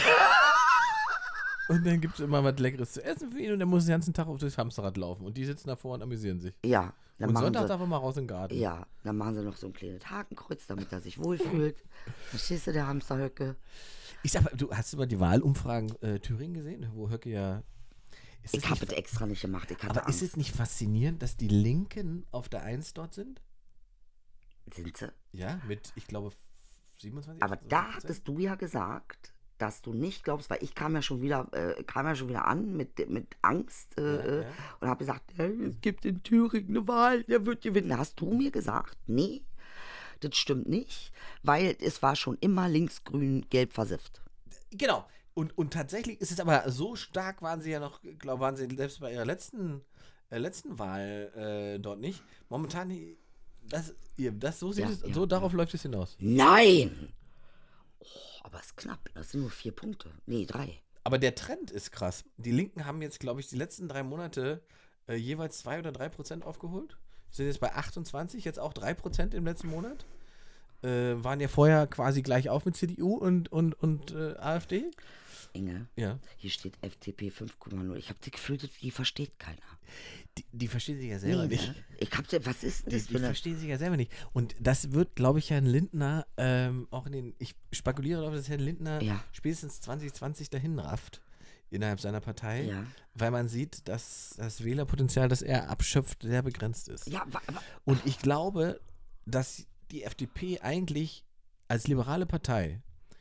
und dann gibt es immer was Leckeres zu essen für ihn und der muss den ganzen Tag auf das Hamsterrad laufen und die sitzen davor und amüsieren sich. ja, dann Und machen Sonntag sie, darf er mal raus in den Garten. ja, dann machen sie noch so ein kleines Hakenkreuz, damit er sich wohlfühlt. Verstehst du, der Hamsterhöcke? Ich sag mal, du hast du mal die Wahlumfragen äh, Thüringen gesehen, wo Höcke ja. Ist Ich es habe nicht- es extra nicht gemacht, ich hatte Aber ist Angst. es nicht faszinierend, dass die Linken auf der Eins dort sind? Sind sie? Ja, mit, ich glaube, siebenundzwanzig. Aber da Prozent? hattest du ja gesagt, dass du nicht glaubst, weil ich kam ja schon wieder, äh, kam ja schon wieder an mit, mit Angst äh, Ja, äh, ja. und habe gesagt, hey, es gibt in Thüringen eine Wahl, der wird gewinnen. Da hast du mir gesagt, nee, das stimmt nicht, weil es war schon immer links-grün, gelb versifft. Genau. Und, und tatsächlich ist es aber so stark, waren sie ja noch, glaube waren sie selbst bei ihrer letzten, äh, letzten Wahl äh, dort nicht. Momentan, das, ihr, das so sieht Ja, es, ja, so darauf läuft es hinaus. Nein! Oh, aber es ist knapp, das sind nur vier Punkte. Nee, drei. Aber der Trend ist krass. Die Linken haben jetzt, glaube ich, die letzten drei Monate äh, jeweils zwei oder drei Prozent aufgeholt. Sind jetzt bei achtundzwanzig, jetzt auch drei Prozent im letzten Monat. Äh, waren ja vorher quasi gleich auf mit C D U und, und, und äh, AfD. Inge, Ja. hier steht F D P fünf Komma null. Ich habe das Gefühl, die versteht keiner. Die, die verstehen sich ja selber Nee, nicht. ne? Ich hab, was ist denn Die, das die für eine... verstehen sich ja selber nicht. Und das wird, glaube ich, Herrn Lindner ähm, auch in den, ich spekuliere darauf, dass Herrn Lindner Ja. spätestens zwanzig zwanzig dahin rafft, innerhalb seiner Partei, Ja. weil man sieht, dass das Wählerpotenzial, das er abschöpft, sehr begrenzt ist. Ja, aber, aber Und ich glaube, dass die F D P eigentlich als liberale Partei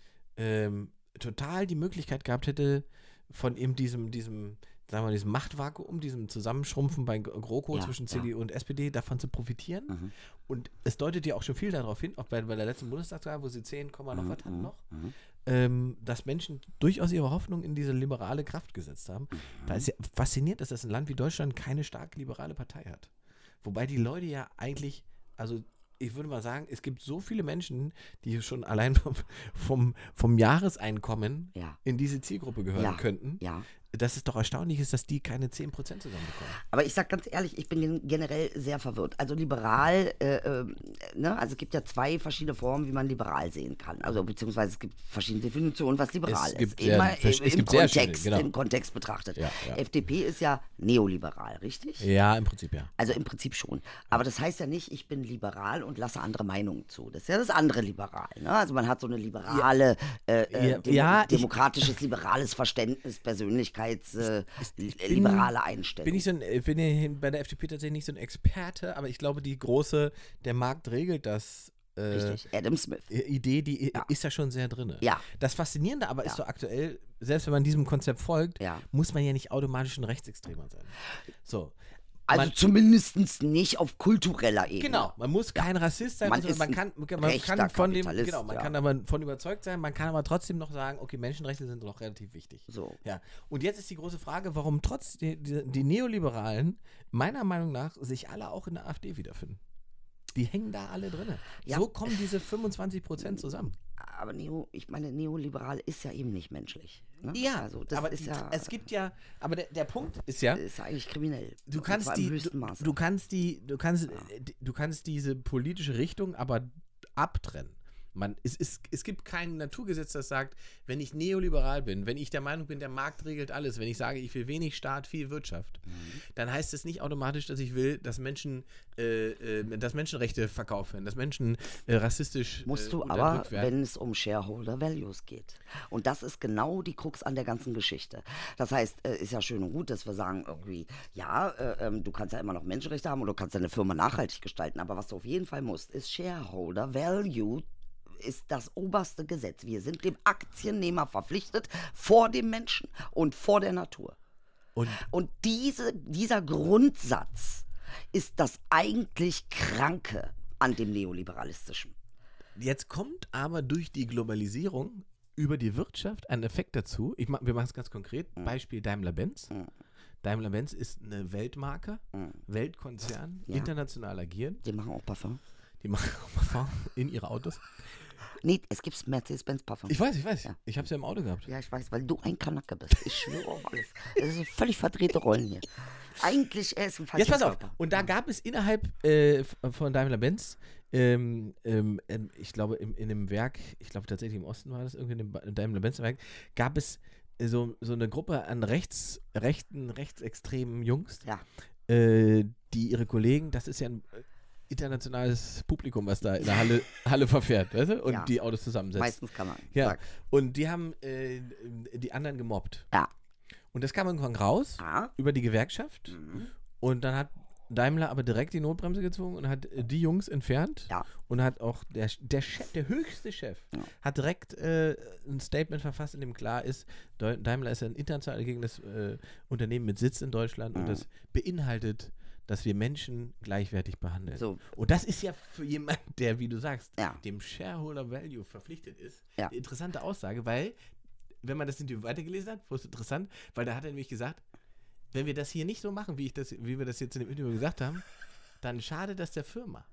ähm, total die Möglichkeit gehabt hätte, von eben diesem, diesem, sagen wir, diesem Machtvakuum, diesem Zusammenschrumpfen bei GroKo Ja, zwischen ja. C D U und S P D, davon zu profitieren. Mhm. Und es deutet ja auch schon viel darauf hin, auch bei, bei der letzten Bundestagswahl, wo sie zehn, noch Mhm, was hatten mhm, noch, mhm. ähm, dass Menschen durchaus ihre Hoffnung in diese liberale Kraft gesetzt haben. Da ist ja faszinierend, dass das ein Land wie Deutschland keine stark liberale Partei hat. Wobei die Leute ja eigentlich, also ich würde mal sagen, es gibt so viele Menschen, die schon allein vom, vom, vom Jahreseinkommen Ja. in diese Zielgruppe gehören Ja. könnten, Ja. dass es doch erstaunlich ist, dass die keine zehn Prozent zusammenbekommen. Aber ich sag ganz ehrlich, ich bin gen- generell sehr verwirrt. Also liberal, äh, äh, ne, also es gibt ja zwei verschiedene Formen, wie man liberal sehen kann. Also beziehungsweise es gibt verschiedene Definitionen, was liberal Es gibt ist. sehr- Immer es im, im gibt sehr schöne, Kontext, genau. im Kontext betrachtet. Ja, ja. F D P ist ja neoliberal, richtig? Ja, im Prinzip ja. Also im Prinzip schon. Aber das heißt ja nicht, ich bin liberal und lasse andere Meinungen zu. Das ist ja das andere liberal. Ne? Also man hat so eine liberale, äh, äh, Ja, Demo ja, ich- demokratisches, liberales Verständnis, Persönlichkeits, äh, ich bin- liberale Einstellung. Bin ich so ein, äh, bin ich bei der F D P tatsächlich nicht so ein Experte, aber ich glaube, die große, der Markt regelt das. Äh, Richtig, Adam Smith. Idee, die Ja. ist ja schon sehr drin. Ja. Das Faszinierende aber ist Ja. so aktuell, selbst wenn man diesem Konzept folgt, Ja. muss man ja nicht automatisch ein Rechtsextremer sein. So. Also man, zumindest nicht auf kultureller Ebene. genau, man muss kein Rassist sein, Man sondern ist man ein kann, man rechter kann von dem, Kapitalist, genau, man ja. kann aber von überzeugt sein, man kann aber trotzdem noch sagen, okay, Menschenrechte sind doch relativ wichtig. So. Ja, und jetzt ist die große Frage, warum trotz die, die, die Neoliberalen meiner Meinung nach sich alle auch in der AfD wiederfinden. Die hängen da alle drin. Ja. So kommen diese fünfundzwanzig Prozent zusammen. Aber Neo, ich meine, neoliberal ist ja eben nicht menschlich. Ne? Ja, also das aber ist ja, es gibt ja, aber der, der Punkt ist ja, ist ja eigentlich kriminell. du Und kannst zwar im die, höchsten du, Maße. du kannst die, du kannst, äh, die- du kannst diese politische Richtung aber abtrennen. Man, es, es, es gibt kein Naturgesetz, das sagt, wenn ich neoliberal bin, wenn ich der Meinung bin, der Markt regelt alles, wenn ich sage, ich will wenig Staat, viel Wirtschaft, Mhm. dann heißt es nicht automatisch, dass ich will, dass Menschen, äh, äh, dass Menschenrechte verkauft werden, dass Menschen äh, rassistisch Musst äh, du aber, unterdrückt werden. wenn es um Shareholder Values geht. Und das ist genau die Krux an der ganzen Geschichte. Das heißt, äh, ist ja schön und gut, dass wir sagen irgendwie, ja, äh, ähm, du kannst ja immer noch Menschenrechte haben oder du kannst deine Firma nachhaltig gestalten, aber was du auf jeden Fall musst, ist Shareholder Value ist das oberste Gesetz. Wir sind dem Aktiennehmer verpflichtet vor dem Menschen und vor der Natur. Und Und diese, dieser Grundsatz ist das eigentlich Kranke an dem Neoliberalistischen. jetzt kommt aber durch die Globalisierung über die Wirtschaft ein Effekt dazu. Ich mach, wir machen es ganz konkret. Beispiel Daimler-Benz. Mhm. Daimler-Benz ist eine Weltmarke, Mhm. Weltkonzern, Ja. international agieren. Die machen auch Parfum. Die machen auch Parfum in ihre Autos. Nee, es gibt Mercedes-Benz Parfum. Ich weiß, ich weiß. Ja. Ich habe es ja im Auto gehabt. Ja, ich weiß, weil du ein Kanacke bist. Ich schwöre auf alles. Das sind völlig verdrehte Rollen hier. Eigentlich, er ist ein falscher Jetzt pass auf. Körper. Und da gab es innerhalb äh, f- von Daimler-Benz, ähm, ähm, ähm, ich glaube, im, in einem Werk, ich glaube tatsächlich im Osten war das, irgendwie in dem Ba- Daimler-Benz-Werk, gab es äh, so, so eine Gruppe an rechts, rechten, rechtsextremen Jungs, Ja. äh, die ihre Kollegen, das ist ja ein äh, internationales Publikum, was da in der Halle, Halle verfährt, weißt du? Und Ja. die Autos zusammensetzt. Meistens kann man. Ja. Sag. Und die haben äh, die anderen gemobbt. Ja. Und das kam irgendwann raus Ah. über die Gewerkschaft. Mhm. Und dann hat Daimler aber direkt die Notbremse gezwungen und hat äh, die Jungs entfernt. Ja. Und hat auch der, der Chef, der höchste Chef, Ja. hat direkt äh, ein Statement verfasst, in dem klar ist, Deu- Daimler ist ein international agiendes äh, Unternehmen mit Sitz in Deutschland und Mhm. das beinhaltet, dass wir Menschen gleichwertig behandeln. So. Und das ist ja für jemanden, der, wie du sagst, Ja. dem Shareholder Value verpflichtet ist, Ja. eine interessante Aussage, weil, wenn man das Interview weitergelesen hat, war es interessant, weil da hat er nämlich gesagt, wenn wir das hier nicht so machen, wie, ich das, wie wir das jetzt in dem Interview gesagt haben, dann schadet das der Firma.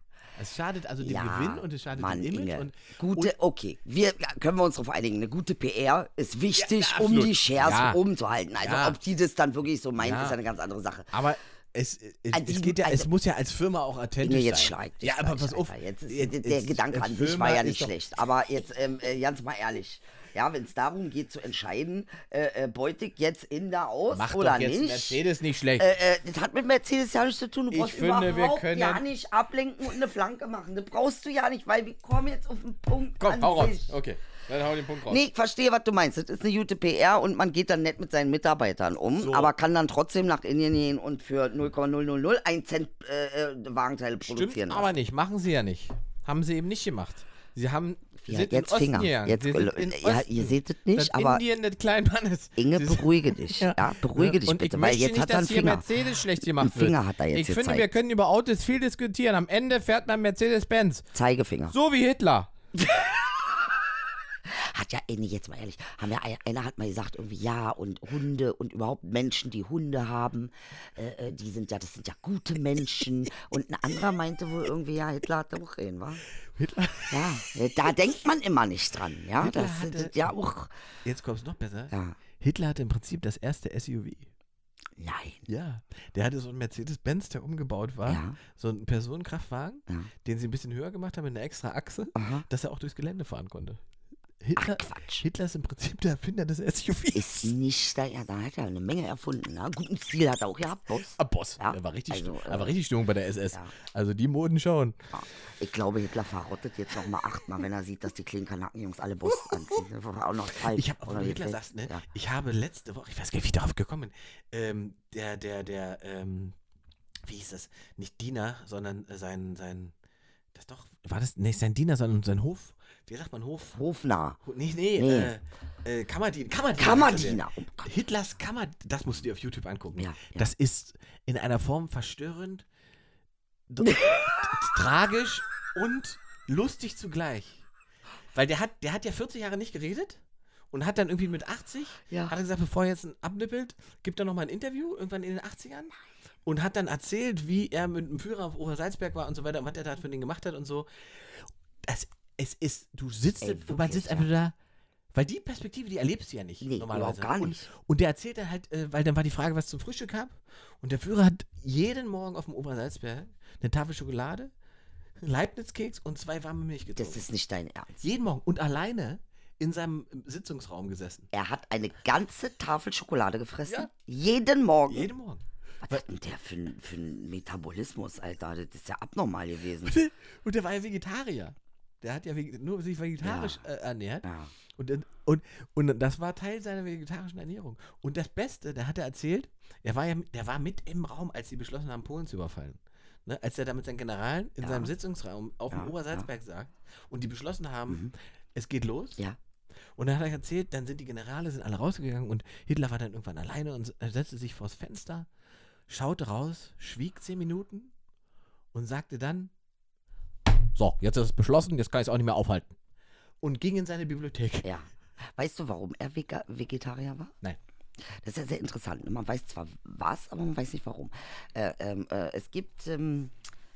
Es schadet also dem Ja, Gewinn und es schadet Mann, dem Image. Inge. Und, Gute, okay, wir ja, können wir uns darauf einigen. Eine gute P R ist wichtig, Ja, um absolut. die Shares Ja. oben zu halten. Also Ja. ob die das dann wirklich so meinen, Ja. ist eine ganz andere Sache. aber es, es, Also es, die- geht ja, es also- muss ja als Firma auch authentisch Inge, jetzt sein. schweigt. Ja, aber pass auf. Jetzt ist, jetzt- der jetzt- Gedanke als an sich Firma war ja ist nicht doch- schlecht. Aber jetzt ähm, äh, ganz mal ehrlich. Ja, wenn es darum geht zu entscheiden, äh, äh, beute ich jetzt Inder aus Mach oder doch jetzt nicht. Mercedes nicht schlecht. Äh, äh, das hat mit Mercedes ja nichts zu tun. Du Ich brauchst finde, wir überhaupt können- ja nicht ablenken und eine Flanke machen. Das brauchst du ja nicht, weil wir kommen jetzt auf den Punkt Komm, an hau raus. sich. Okay, dann hau den Punkt raus. Nee, ich verstehe, was du meinst. Das ist eine gute P R und man geht dann nett mit seinen Mitarbeitern um, So. aber kann dann trotzdem nach Indien gehen und für null Komma null null null ein Cent äh, äh, Wagenteile produzieren Stimmt lassen. aber nicht, machen sie ja nicht. Haben sie eben nicht gemacht. Sie haben Ja, sind jetzt in Osten Finger. gegangen. Jetzt, Sie sind in ja, Osten. ihr seht es nicht, das aber Indien des kleinen Mannes. Inge, Sie sind- beruhige dich. Ja, beruhige dich und bitte, ich weil möchte jetzt nicht, hat er einen dass hier Finger. Mercedes schlecht gemacht Einen Finger wird. hat er jetzt Ich finde, gezeigt. wir können über Autos viel diskutieren. Am Ende fährt man Mercedes-Benz. Zeigefinger. So wie Hitler. Hat ja, ey, nee, jetzt mal ehrlich, haben ja, einer hat mal gesagt, irgendwie, ja, und Hunde und überhaupt Menschen, die Hunde haben, äh, äh, die sind ja, das sind ja gute Menschen. Und ein anderer meinte wohl irgendwie, ja, Hitler hat auch reden, wa? Hitler? Ja, äh, da denkt man immer nicht dran, ja. Hitler Das hatte- sind ja auch. Jetzt kommt es noch besser. Ja. Hitler hatte im Prinzip das erste S U V. Nein. Ja, der hatte so einen Mercedes-Benz, der umgebaut war. Ja. So einen Personenkraftwagen, Ja. den sie ein bisschen höher gemacht haben mit einer extra Achse, Aha. dass er auch durchs Gelände fahren konnte. Hitler, Ach, Quatsch. Hitler ist im Prinzip der Erfinder des S U Vs. Ist nicht da, ja, da hat er eine Menge erfunden, ne? Guten Stil hat er auch gehabt, Boss. Ah, Boss, Ja, er war richtig, also, stu- er äh, war richtig Stimmung bei der S S. ja. Also die Moden schauen. Ja. Ich glaube, Hitler verrottet jetzt noch mal achtmal, wenn er sieht, dass die kleinen Kanackenjungs alle Boss anziehen. Das war auch noch falsch. Ich habe, Oder auch wie Hitler viel? sagst, ne? Ja. Ich habe letzte Woche, ich weiß gar nicht, wie ich darauf gekommen bin, ähm, der, der, der, ähm, wie hieß das? Nicht Diener, sondern äh, sein, sein, das doch, war das, nicht sein Diener, sondern sein Hof, wie sagt man, Hof? Hofnarr. Nee, nee, Nee. Äh, äh, Kammerdiener. Kammerdiener. Kammerdiener. Oh Gott. Hitlers Kammer, das musst du dir auf YouTube angucken. Ja, ja. Das ist in einer Form verstörend, d- tragisch und lustig zugleich. Weil der hat, der hat ja vierzig Jahre nicht geredet und hat dann irgendwie mit achtzig, Ja. hat er gesagt, bevor er jetzt ein abnippelt, gibt er nochmal ein Interview, irgendwann in den achtzigern. Und hat dann erzählt, wie er mit dem Führer auf Obersalzberg war und so weiter und was er da für den gemacht hat und so. Das, es ist, du sitzt, Ey, und man wirklich, sitzt einfach nur da, weil die Perspektive, die erlebst du ja nicht Nee, normalerweise. überhaupt gar Und, nicht. und der erzählt dann halt, äh, weil dann war die Frage, was zum Frühstück gab. Und der Führer hat jeden Morgen auf dem Obersalzberg eine Tafel Schokolade, einen Leibniz-Keks und zwei warme Milch getrunken. Das ist nicht dein Ernst. Jeden Morgen und alleine in seinem Sitzungsraum gesessen. Er hat eine ganze Tafel Schokolade gefressen. Ja. Jeden Morgen. Jeden Morgen. Was hat denn der für, ein- für einen Metabolismus, Alter? Das ist ja abnormal gewesen. Und der war ja Vegetarier. Der hat ja vege- nur sich vegetarisch äh, ernährt. Ja. Und, dann- und, und das war Teil seiner vegetarischen Ernährung. Und das Beste, der hat er erzählt, er war ja, mit- der war mit im Raum, als sie beschlossen haben, Polen zu überfallen. Ne? Als er da mit seinen Generalen in Ja. seinem Sitzungsraum auf Ja, dem Obersalzberg saß und die beschlossen haben, es geht los. Ja. Und dann hat er erzählt, dann sind die Generale, sind alle rausgegangen und Hitler war dann irgendwann alleine und er setzte sich vors Fenster, schaute raus, schwieg zehn Minuten und sagte dann, so, jetzt ist es beschlossen, jetzt kann ich es auch nicht mehr aufhalten. Und ging in seine Bibliothek. Ja. Weißt du, warum er Vega Vegetarier war? Nein. Das ist ja sehr interessant. ne? Man weiß zwar was, aber man weiß nicht warum. Äh, ähm, äh, es gibt, ähm,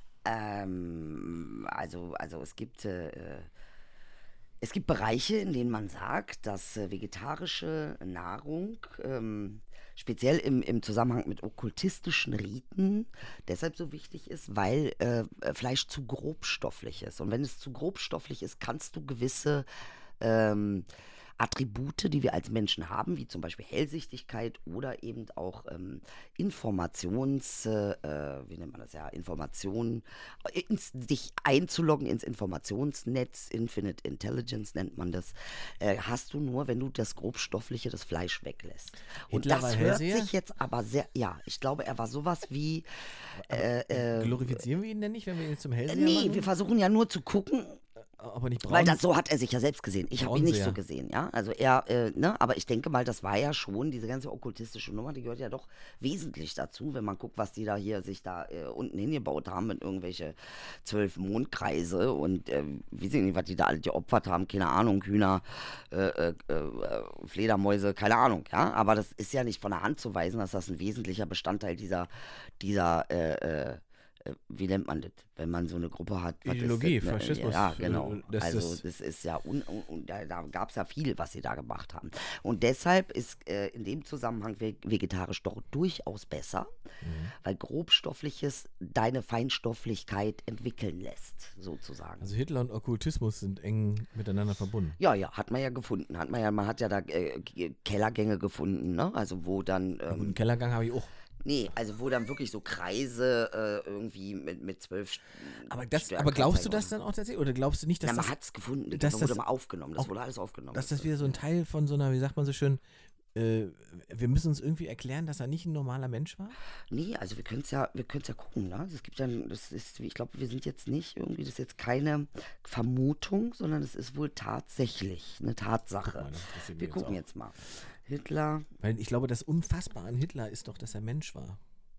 ähm, also, also es gibt, äh, es gibt Bereiche, in denen man sagt, dass äh, vegetarische Nahrung, ähm, speziell im, im Zusammenhang mit okkultistischen Riten, deshalb so wichtig ist, weil äh, Fleisch zu grobstofflich ist. Und wenn es zu grobstofflich ist, kannst du gewisse ähm, Attribute, die wir als Menschen haben, wie zum Beispiel Hellsichtigkeit oder eben auch ähm, Informations, äh, äh, wie nennt man das ja, Informationen, äh, ins, dich einzuloggen ins Informationsnetz, Infinite Intelligence nennt man das, äh, hast du nur, wenn du das grobstoffliche, das Fleisch weglässt. Und Hitler war das hört Hellseher? sich jetzt aber sehr, ja, ich glaube, er war sowas wie, äh, äh, Glorifizieren wir ihn denn nicht, wenn wir ihn zum Hellseher nee, machen? wir versuchen ja nur zu gucken, Aber nicht braun. weil das, so hat er sich ja selbst gesehen. Ich habe ihn nicht Braunseher. so gesehen, ja. Also er, äh, ne, aber ich denke mal, das war ja schon, diese ganze okkultistische Nummer, die gehört ja doch wesentlich dazu, wenn man guckt, was die da hier sich da äh, unten hingebaut haben mit irgendwelche zwölf Mondkreise und äh, wie sie nicht, was die da alle geopfert haben, keine Ahnung, Hühner, äh, äh, äh, Fledermäuse, keine Ahnung, ja. Aber das ist ja nicht von der Hand zu weisen, dass das ein wesentlicher Bestandteil dieser, dieser, äh, äh, äh, wie nennt man das, wenn man so eine Gruppe hat? was ist Ideologie, das, ne? Faschismus. Ja, genau. äh, Das, also das, das ist ja, un, un, un, da, da gab es ja viel, was sie da gemacht haben. Und deshalb ist äh, in dem Zusammenhang ve- vegetarisch doch durchaus besser, Mhm. weil grobstoffliches deine Feinstofflichkeit entwickeln lässt, sozusagen. also Hitler und Okkultismus sind eng miteinander verbunden. Ja, ja, hat man ja gefunden. Hat man ja, man hat ja da äh, G- Kellergänge gefunden, ne? Also wo dann, Ja, gut, einen ähm, Kellergang habe ich auch. nee, also wo dann wirklich so Kreise äh, irgendwie mit, mit zwölf Aber, das, Stern- aber glaubst du das Sternzeichen. dann auch tatsächlich? Oder glaubst du nicht, dass Ja, man das, hat es gefunden, dass das wurde das mal aufgenommen, das auch- wurde alles aufgenommen. dass das wieder so ein Teil von so einer, wie sagt man so schön, äh, wir müssen uns irgendwie erklären, dass er nicht ein normaler Mensch war? Nee, also wir können es ja, wir können's ja gucken, ne? Es gibt ja, das ist, ich glaube, wir sind jetzt nicht irgendwie, das ist jetzt keine Vermutung, sondern es ist wohl tatsächlich eine Tatsache. Guck mal, das interessiert mich Wir jetzt gucken auch. jetzt mal. Hitler, Weil ich glaube, das Unfassbare an Hitler ist doch, dass er Mensch war.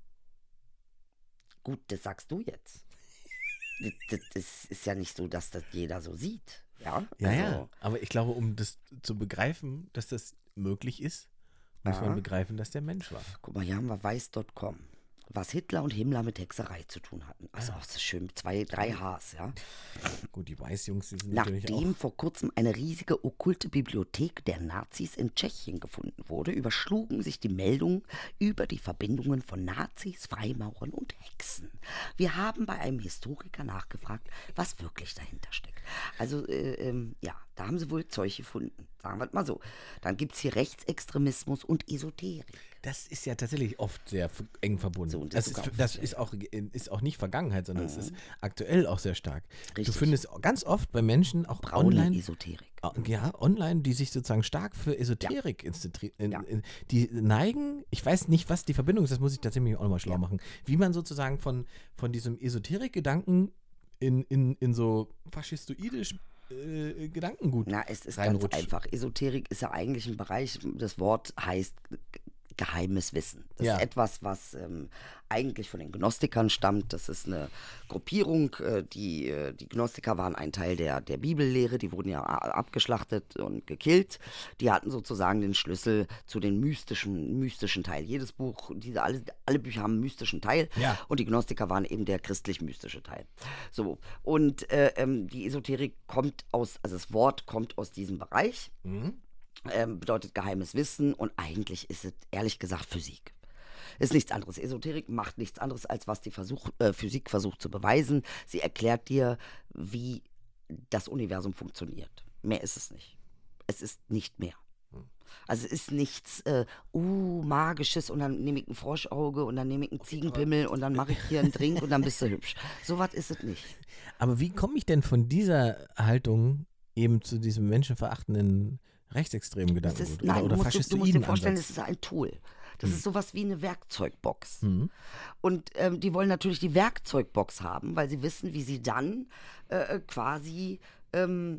gut, das sagst du jetzt. das, das, das ist ja nicht so, dass das jeder so sieht. Ja, Ja, also, ja. Aber ich glaube, um das zu begreifen, dass das möglich ist, muss Ja. man begreifen, dass der Mensch war. Guck mal, hier haben wir weiß Punkt com. Was Hitler und Himmler mit Hexerei zu tun hatten. Also auch so schön, zwei, drei Hs, ja. Gut, die Weißjungs, die sind natürlich auch. Nachdem vor kurzem eine riesige okkulte Bibliothek der Nazis in Tschechien gefunden wurde, überschlugen sich die Meldungen über die Verbindungen von Nazis, Freimaurern und Hexen. Wir haben bei einem Historiker nachgefragt, was wirklich dahinter steckt. Also, äh, ähm, ja, da haben sie wohl Zeug gefunden. Sagen wir es mal so. Dann gibt es hier Rechtsextremismus und Esoterik. Das ist ja tatsächlich oft sehr f- eng verbunden. So, und das das ist, sogar das ist, auch, ist auch nicht Vergangenheit, sondern es ist aktuell auch sehr stark. Richtig. Du findest ganz oft bei Menschen auch Braune online, Esoterik. ja, online, die sich sozusagen stark für Esoterik institu- in, Ja. in, die neigen, ich weiß nicht, was die Verbindung ist, das muss ich tatsächlich auch nochmal schlau Ja. machen, wie man sozusagen von, von diesem Esoterik-Gedanken in, in, in so faschistoidisch äh, Gedankengut Na, es ist reinrutscht. ganz einfach. Esoterik ist ja eigentlich ein Bereich, das Wort heißt g- geheimes Wissen. Das Ja. ist etwas, was ähm, eigentlich von den Gnostikern stammt. Das ist eine Gruppierung, äh, die, äh, die Gnostiker waren ein Teil der, der Bibellehre, die wurden ja a- abgeschlachtet und gekillt. Die hatten sozusagen den Schlüssel zu den mystischen, mystischen Teil. Jedes Buch, diese, alle, alle Bücher haben einen mystischen Teil Ja. und die Gnostiker waren eben der christlich-mystische Teil. So, und äh, ähm, die Esoterik kommt aus, also das Wort kommt aus diesem Bereich. Mhm. Ähm, bedeutet geheimes Wissen und eigentlich ist es ehrlich gesagt Physik. Ist nichts anderes. Esoterik macht nichts anderes, als was die Versuch, äh, Physik versucht zu beweisen. Sie erklärt dir, wie das Universum funktioniert. Mehr ist es nicht. Es ist nicht mehr. Also es ist nichts, äh, uh, magisches und dann nehme ich ein Froschauge und dann nehme ich einen Ziegenpimmel und dann mache ich hier einen Drink und dann bist du hübsch. So was ist es nicht. Aber wie komme ich denn von dieser Haltung eben zu diesem menschenverachtenden rechtsextremen Das Gedankengut ist, nein, oder du musst, du, du musst dir faschistoiden vorstellen, das Ansatz? ist ein Tool. Das ist sowas wie eine Werkzeugbox. Mhm. Und ähm, die wollen natürlich die Werkzeugbox haben, weil sie wissen, wie sie dann äh, quasi, ähm,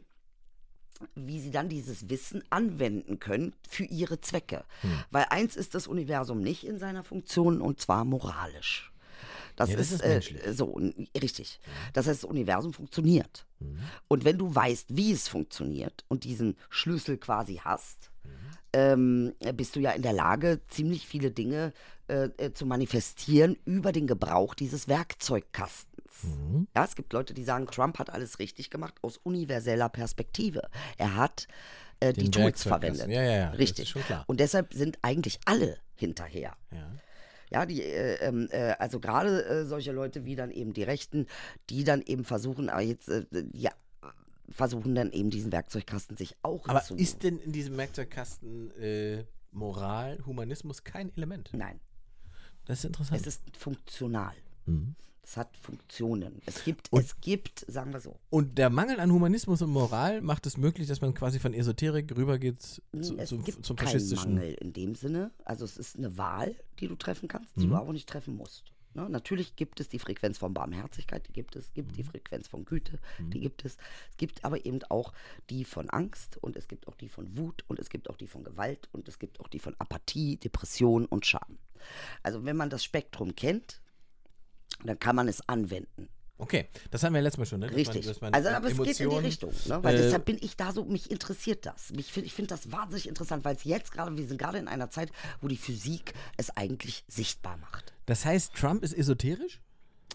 wie sie dann dieses Wissen anwenden können für ihre Zwecke. Weil eins ist das Universum nicht in seiner Funktion, und zwar moralisch. Das, Ja, das ist, ist äh, menschlich. so, n- richtig. Das heißt, das Universum funktioniert. Und wenn du weißt, wie es funktioniert und diesen Schlüssel quasi hast, ähm, bist du ja in der Lage, ziemlich viele Dinge äh, äh, zu manifestieren über den Gebrauch dieses Werkzeugkastens. Mhm. Ja, es gibt Leute, die sagen, Trump hat alles richtig gemacht aus universeller Perspektive. Er hat äh, die Den Tools Werkzeugkasten. verwendet. Ja, ja, ja, das Richtig. ist schon klar. Und deshalb sind eigentlich alle hinterher. Ja. Ja, die, äh, ähm, äh, also gerade äh, solche Leute wie dann eben die Rechten, die dann eben versuchen, aber jetzt, äh, ja, versuchen dann eben diesen Werkzeugkasten sich auch Aber zu. ist denn in diesem Werkzeugkasten äh, Moral, Humanismus kein Element? Nein, Das ist interessant. es ist funktional. Mhm. Es hat Funktionen. Es gibt, Und- es gibt, sagen wir so, Und der Mangel an Humanismus und Moral macht es möglich, dass man quasi von Esoterik rübergeht zu, es zum, gibt zum keinen faschistischen. Mangel in dem Sinne. Also es ist eine Wahl, die du treffen kannst, die Mhm. du aber nicht treffen musst. Ne? Natürlich gibt es die Frequenz von Barmherzigkeit, die gibt es. Es gibt die Mhm. Frequenz von Güte, die gibt es. Es gibt aber eben auch die von Angst und es gibt auch die von Wut und es gibt auch die von Gewalt und es gibt auch die von Apathie, Depression und Scham. Also wenn man das Spektrum kennt, dann kann man es anwenden. Okay, das haben wir letztes Mal schon, ne? Dass Richtig. Man, dass man also, aber es geht in die Emotionen- Richtung. Ne? Weil äh, deshalb bin ich da so, mich interessiert das. Mich, find- ich finde das wahnsinnig interessant, weil es jetzt gerade, wir sind gerade in einer Zeit, wo die Physik es eigentlich sichtbar macht. Das heißt, Trump ist esoterisch?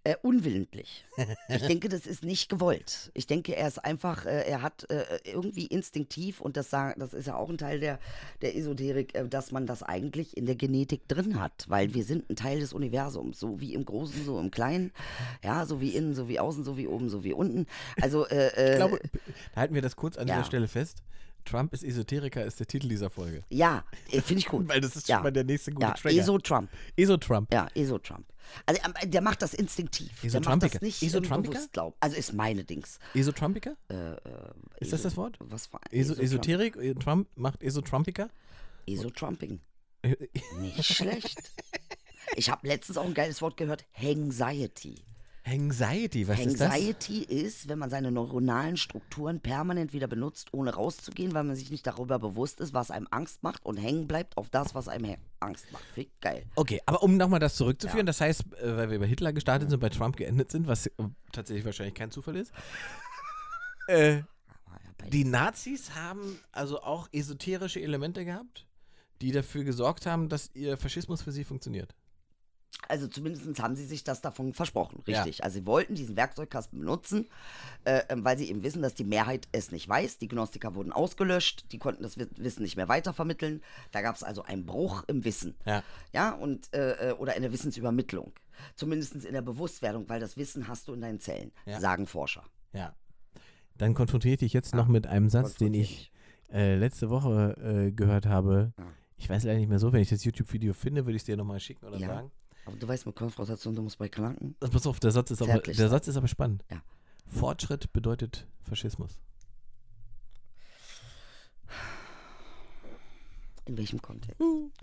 Äh, unwillentlich. Ich denke, das ist nicht gewollt. Ich denke, er ist einfach, äh, er hat äh, irgendwie instinktiv, und das, sagen, das ist ja auch ein Teil der, der Esoterik, äh, dass man das eigentlich in der Genetik drin hat, weil wir sind ein Teil des Universums, so wie im Großen, so im Kleinen, ja, so wie innen, so wie außen, so wie oben, so wie unten. Also, äh, äh, Ich glaube, da halten wir das kurz an ja. dieser Stelle fest. Trump ist Esoteriker ist der Titel dieser Folge. ja, äh, finde ich gut. Weil das ist ja. schon mal der nächste gute Ja, Trigger. Eso-Trump. Eso-Trump. Ja, Eso-Trump. Also ähm, der macht das instinktiv. Der macht Eso-Trumpiker. das nicht Eso-Trumpiker? bewusst glauben. Also ist meine Dings. Eso-Trumpiker? Äh, äh, Ist das das Wort? Was war Eso Eso-Trump? Esoterik? äh, Trump macht Eso-Trumpiker? Eso-Trumping. Nicht schlecht. Ich habe letztens auch ein geiles Wort gehört. Anxiety. Anxiety, was ist das? Anxiety ist, wenn man seine neuronalen Strukturen permanent wieder benutzt, ohne rauszugehen, weil man sich nicht darüber bewusst ist, was einem Angst macht und hängen bleibt auf das, was einem he- Angst macht. Finde ich geil. Okay, aber um nochmal das zurückzuführen, Ja. das heißt, äh, weil wir bei Hitler gestartet sind und bei Trump geendet sind, was äh, tatsächlich wahrscheinlich kein Zufall ist, äh, die Nazis haben also auch esoterische Elemente gehabt, die dafür gesorgt haben, dass ihr Faschismus für sie funktioniert. Also zumindest haben sie sich das davon versprochen, Ja. richtig. Also sie wollten diesen Werkzeugkasten benutzen, äh, ähm, weil sie eben wissen, dass die Mehrheit es nicht weiß. Die Gnostiker wurden ausgelöscht, die konnten das Wi- Wissen nicht mehr weitervermitteln. Da gab es also einen Bruch im Wissen. Ja. Ja, und, äh, äh, oder in der Wissensübermittlung. Zumindest in der Bewusstwerdung, weil das Wissen hast du in deinen Zellen, Ja. sagen Forscher. Ja. Dann konfrontiere ich dich jetzt noch mit einem Satz, den Konfrontier ich äh, letzte Woche äh, gehört habe. Ja. Ich weiß leider nicht mehr so, wenn ich das YouTube-Video finde, würde ich es dir nochmal schicken oder Ja. sagen. Aber du weißt, mit Konfrontation, du musst bei Kranken. Also pass auf, der Satz ist aber, Zärtlich der sein. Satz ist aber spannend. Ja. Fortschritt bedeutet Faschismus. In welchem Kontext?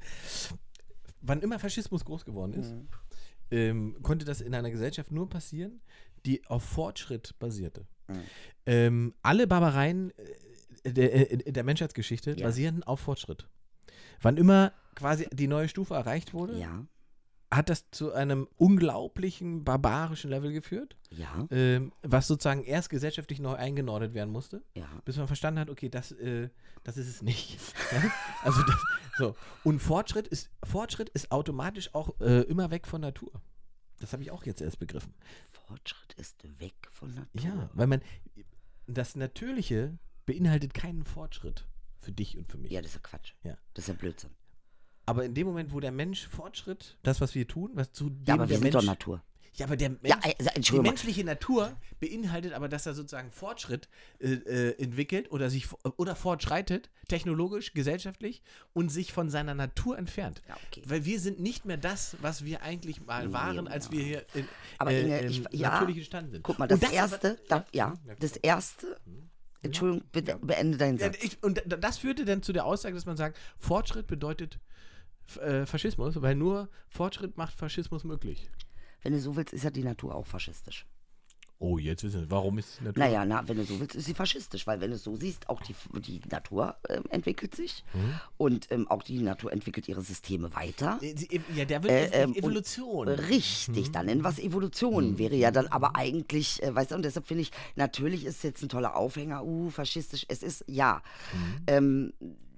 Wann immer Faschismus groß geworden ist, Mhm. ähm, konnte das in einer Gesellschaft nur passieren, die auf Fortschritt basierte. Mhm. Ähm, alle Barbareien äh, der, äh, der Menschheitsgeschichte Ja. basieren auf Fortschritt. Wann immer quasi die neue Stufe erreicht wurde, Ja, hat das zu einem unglaublichen barbarischen Level geführt, ja, ähm, was sozusagen erst gesellschaftlich neu eingenordet werden musste, ja. bis man verstanden hat, okay, das, äh, das ist es nicht. Ja? Also das, so. Und Fortschritt ist, Fortschritt ist automatisch auch äh, immer weg von Natur. Das habe ich auch jetzt erst begriffen. Fortschritt ist weg von Natur. Ja, weil man, das Natürliche beinhaltet keinen Fortschritt für dich und für mich. Ja, das ist ja Quatsch. Ja. Das ist ja Blödsinn. Aber in dem Moment, wo der Mensch Fortschritt, das, was wir tun, was zu dem Ja, aber der wir sind Mensch, doch Natur. Ja, aber der Mensch, Ja, also, die Entschuldigung. menschliche Natur beinhaltet aber, dass er sozusagen Fortschritt äh, äh, entwickelt oder sich oder fortschreitet, technologisch, gesellschaftlich und sich von seiner Natur entfernt. Ja, okay. Weil wir sind nicht mehr das, was wir eigentlich mal Nee, waren, als ja. wir hier in, Aber äh, Inge, im ich- ja, natürlichen Stand sind. Guck mal, das, Und ist erste, aber- da, ja, ja, das erste, Entschuldigung, bitte beende deinen Ja, Satz. ich, und da- das führte dann zu der Aussage, dass man sagt, Fortschritt bedeutet f- äh, Faschismus, weil nur Fortschritt macht Faschismus möglich. Wenn du so willst, ist ja die Natur auch faschistisch. Oh, jetzt wissen wir, warum ist die Natur? Naja, na, wenn du so willst, ist sie faschistisch, weil wenn du es so siehst, auch die, die Natur ähm, entwickelt sich Mhm. und ähm, auch die Natur entwickelt ihre Systeme weiter. Äh, sie- Ja, der wird Äh, ähm, und- Evolution. Richtig, dann nennen wir es Evolution. Wäre ja dann aber eigentlich, äh, weißt du, und deshalb finde ich, natürlich ist es jetzt ein toller Aufhänger, uh, faschistisch. Es ist, ja, ähm,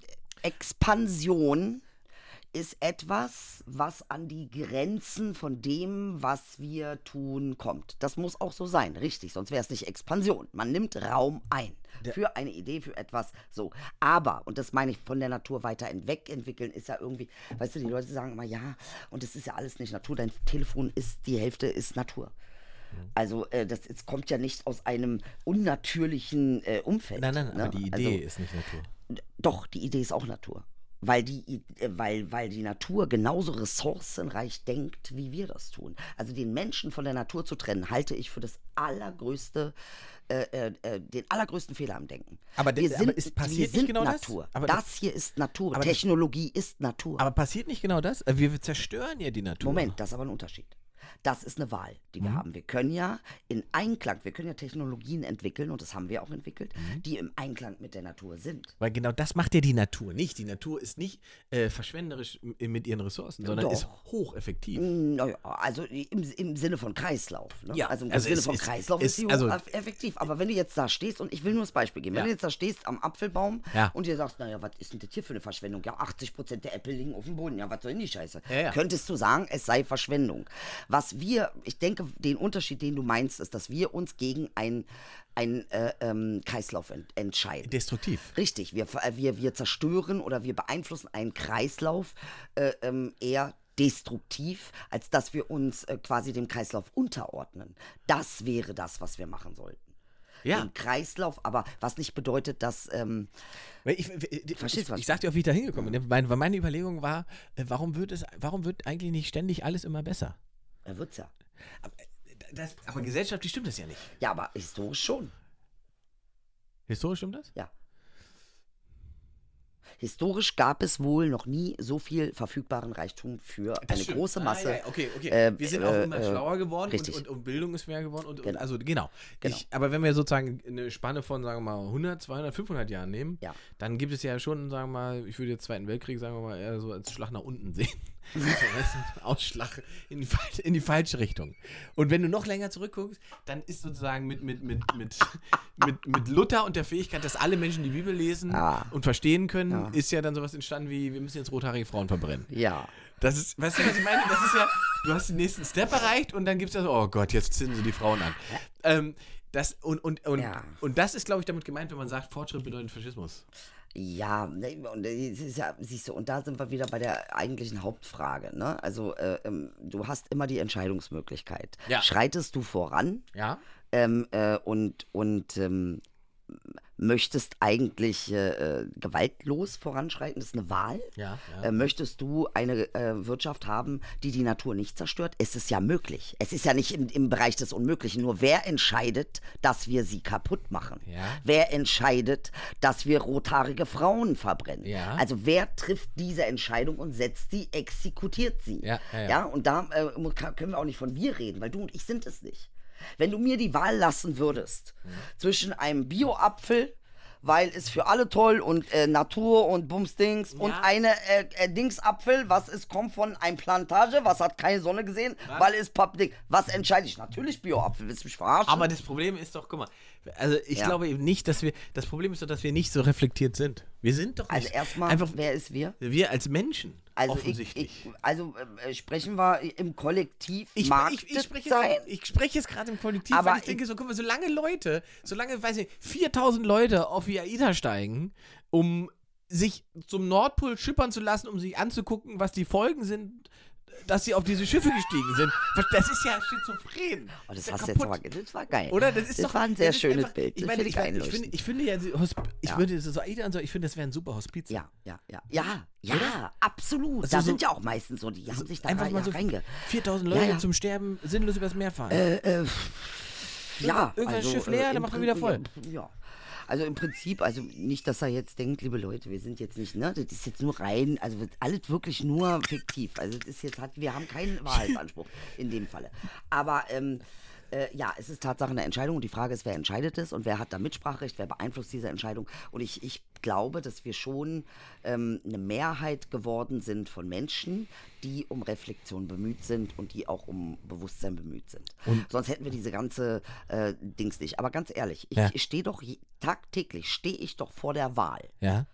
Expansion ist etwas, was an die Grenzen von dem, was wir tun, kommt. Das muss auch so sein, richtig, sonst wäre es nicht Expansion. Man nimmt Raum ein für eine Idee, für etwas so. Aber, und das meine ich, von der Natur weiter wegentwickeln, ist ja irgendwie, weißt du, die Leute sagen immer, ja, und das ist ja alles nicht Natur, dein Telefon ist, die Hälfte ist Natur. Also äh, das, es kommt ja nicht aus einem unnatürlichen äh, Umfeld. Nein, nein, ne? aber die Idee Also, ist nicht Natur. doch, die Idee ist auch Natur. Weil die, I- äh, weil, weil die Natur genauso ressourcenreich denkt, wie wir das tun. Also den Menschen von der Natur zu trennen, halte ich für das allergrößte, äh, äh, äh, den allergrößten Fehler am Denken. Aber de- wir aber sind, es passiert wir nicht sind genau das? Natur. Aber das, das- hier ist Natur. aber das- Technologie ist Natur. Aber passiert nicht genau das? Äh, Wir zerstören ja die Natur. Moment, das ist aber ein Unterschied. Das ist eine Wahl, die wir haben. Wir können ja in Einklang, wir können ja Technologien entwickeln, und das haben wir auch entwickelt, die im Einklang mit der Natur sind. Weil genau das macht ja die Natur nicht. Die Natur ist nicht äh, verschwenderisch m- mit ihren Ressourcen, sondern Doch. ist hocheffektiv. Naja, also im, im Sinne von Kreislauf. Ne? Ja, also im also Sinne es von ist- Kreislauf es- ist sie also- hocheffektiv. Aber wenn du jetzt da stehst, und ich will nur das Beispiel geben, Ja. wenn du jetzt da stehst am Apfelbaum Ja. und dir sagst, naja, was ist denn das hier für eine Verschwendung? Ja, achtzig Prozent der Äpfel liegen auf dem Boden. Ja, was soll denn die Scheiße? Ja, ja. Könntest du sagen, es sei Verschwendung. Was wir, ich denke, den Unterschied, den du meinst, ist, dass wir uns gegen einen ein, äh, ähm, Kreislauf ent- entscheiden. Destruktiv. Richtig, wir, wir, wir zerstören oder wir beeinflussen einen Kreislauf äh, ähm, eher destruktiv, als dass wir uns äh, quasi dem Kreislauf unterordnen. Das wäre das, was wir machen sollten. Ja. Im Kreislauf, aber was nicht bedeutet, dass... Ähm, Weil ich, ich, Verstehst ich, du, was ich sag dir auch, wie ich da hingekommen bin. Meine, weil meine Überlegung war, äh, warum wird es, warum wird eigentlich nicht ständig alles immer besser? er wird's ja. Aber, das, aber gesellschaftlich stimmt das ja nicht. Ja, aber historisch schon. Historisch stimmt das? Ja. Historisch gab es wohl noch nie so viel verfügbaren Reichtum für Das eine stimmt. große Masse. Ah, ja, okay, okay. äh, wir sind auch äh, immer äh, schlauer geworden richtig. und, und, und Bildung ist mehr geworden. Und, und Genau. also genau. Genau. Ich, aber wenn wir sozusagen eine Spanne von, sagen wir mal, hundert, zweihundert, fünfhundert Jahren nehmen, Ja. dann gibt es ja schon, sagen wir mal, ich würde jetzt Zweiten Weltkrieg, sagen wir mal, eher so als Schlag nach unten sehen. So, weißt du, ein Ausschlag in die, fal- in die falsche Richtung. Und wenn du noch länger zurückguckst, dann ist sozusagen mit, mit, mit, mit, mit, mit Luther und der Fähigkeit, dass alle Menschen die Bibel lesen Ah. und verstehen können, Ja. ist ja dann sowas entstanden wie, wir müssen jetzt rothaarige Frauen verbrennen. Ja. Das ist, weißt du, was ich meine? Das ist ja, du hast den nächsten Step erreicht und dann gibt es ja so, oh Gott, jetzt zünden sie die Frauen an. Ähm, das, und, und, und, Ja. und das ist, glaube ich, damit gemeint, wenn man sagt, Fortschritt bedeutet Faschismus. Ja, ne, und es ist ja, siehst du, und da sind wir wieder bei der eigentlichen Hauptfrage, ne? Also, äh, ähm, du hast immer die Entscheidungsmöglichkeit. Ja. Schreitest du voran Ja? ähm, äh, und, und ähm, möchtest eigentlich äh, äh, gewaltlos voranschreiten, das ist eine Wahl. Ja, ja. Äh, möchtest du eine äh, Wirtschaft haben, die die Natur nicht zerstört? Es ist ja möglich. Es ist ja nicht im, im Bereich des Unmöglichen. Nur wer entscheidet, dass wir sie kaputt machen? Ja. Wer entscheidet, dass wir rothaarige Frauen verbrennen? Ja. Also wer trifft diese Entscheidung und setzt sie, exekutiert sie? Ja, ja, ja. Und da äh, können wir auch nicht von wir reden, weil du und ich sind es nicht. Wenn du mir die Wahl lassen würdest Mhm. zwischen einem Bio-Apfel, weil es für alle toll und äh, Natur und Bumsdings und eine äh, äh, Dingsapfel, was ist, kommt von einem Plantage, was hat keine Sonne gesehen, Was? weil es Pappding. Was entscheide ich? Natürlich Bio-Apfel, willst du mich verarschen? Aber das Problem ist doch, guck mal, also ich Ja. glaube eben nicht, dass wir, das Problem ist doch, dass wir nicht so reflektiert sind. Wir sind doch also nicht. erstmal, einfach, wer ist wir? wir als Menschen, Also, ich, offensichtlich. ich, also äh, sprechen wir im Kollektiv Ich, mag ich, ich, das spreche sein? jetzt, ich spreche jetzt gerade im Kollektiv, Aber weil ich ich- denke, so, guck mal, solange Leute, solange, weiß ich, viertausend Leute auf die AIDA steigen, um sich zum Nordpol schippern zu lassen, um sich anzugucken, was die Folgen sind, dass sie auf diese Schiffe gestiegen sind. Das ist ja schizophren. Oh, das ist ja hast du jetzt kaputt. aber, das war geil. Oder? Das ist das doch, war ein sehr das ist schönes einfach- Bild. Ich Das meine, finde ich, ich ich, finde, einleuchtend. ich finde ja, so Hosp ich Ja. würde so AIDA und so, ich finde, das wäre ein super Hospiz. Ja, ja, ja. Ja, ja, absolut. Also da so- sind ja auch meistens so, die haben sich da Einfach rein, mal ja, so reinge... viertausend Leute Ja, ja. zum Sterben sinnlos übers Meer fahren. Äh, äh, ja, irgendwann also, Schiff leer, äh, dann im machen wir wieder voll. Prinzip- Ja. Also im Prinzip, also nicht, dass er jetzt denkt, liebe Leute, wir sind jetzt nicht, ne, das ist jetzt nur rein, also wird alles wirklich nur fiktiv. Also das ist jetzt, hat, wir haben keinen Wahrheitsanspruch in dem Falle. Aber ähm, äh, ja, es ist Tatsache eine Entscheidung und die Frage ist, wer entscheidet es und wer hat da Mitspracherecht, wer beeinflusst diese Entscheidung. Und ich, ich glaube, dass wir schon ähm, eine Mehrheit geworden sind von Menschen, die um Reflexion bemüht sind und die auch um Bewusstsein bemüht sind. Und- Sonst hätten wir diese ganze äh, Dings nicht. Aber ganz ehrlich, ich Ja. stehe doch je, tagtäglich stehe ich doch vor der Wahl. Ja,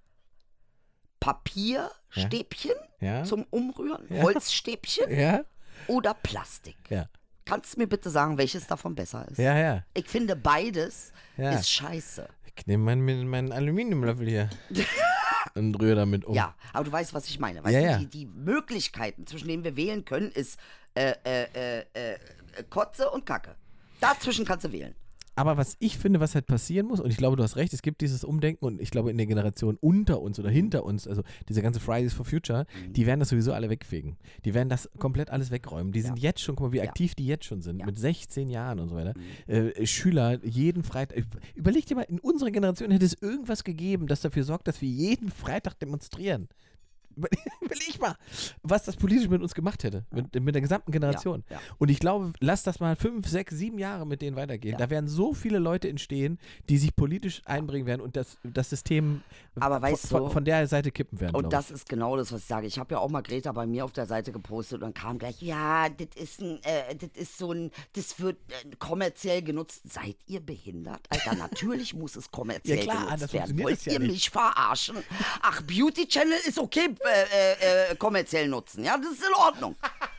Papierstäbchen Ja. zum Umrühren, Ja. Holzstäbchen ja, oder Plastik. ja, Kannst du mir bitte sagen, welches davon besser ist? ja, ja. Ich finde, beides Ja. ist scheiße. Ich nehme meinen, meinen Aluminiumlöffel hier und rühre damit um. Ja, aber du weißt, was ich meine. Weißt Ja, du, ja. Die, die Möglichkeiten, zwischen denen wir wählen können, ist äh, äh, äh, äh, Kotze und Kacke. Dazwischen kannst du wählen. Aber was ich finde, was halt passieren muss, und ich glaube, du hast recht, es gibt dieses Umdenken und ich glaube, in der Generation unter uns oder hinter uns, also diese ganze Fridays for Future, Mhm. die werden das sowieso alle wegfegen. Die werden das komplett alles wegräumen. Die sind Ja. jetzt schon, guck mal, wie Ja. aktiv die jetzt schon sind, Ja. mit sechzehn Jahren und so weiter. Mhm. Äh, Schüler, jeden Freitag. Überleg dir mal, in unserer Generation hätte es irgendwas gegeben, das dafür sorgt, dass wir jeden Freitag demonstrieren. Über- Überleg mal, was das politisch mit uns gemacht hätte, mit, mit der gesamten Generation. Ja, ja. Und ich glaube, lass das mal fünf, sechs, sieben Jahre mit denen weitergehen. Ja. Da werden so viele Leute entstehen, die sich politisch einbringen werden und das, das System Aber weißt von, du- von der Seite kippen werden. Und glaub das ist genau das, was ich sage. Ich habe ja auch mal Greta bei mir auf der Seite gepostet und dann kam gleich, ja, das ist ein, äh, das ist so ein, das wird äh, kommerziell genutzt. Seid ihr behindert? Alter, natürlich muss es kommerziell Ja, klar, genutzt anders werden. funktioniert Wollt das ja ihr nicht. mich verarschen? Ach, Beauty Channel ist okay, äh, äh, äh, kommerziell nutzen. Ja, das ist in Ordnung.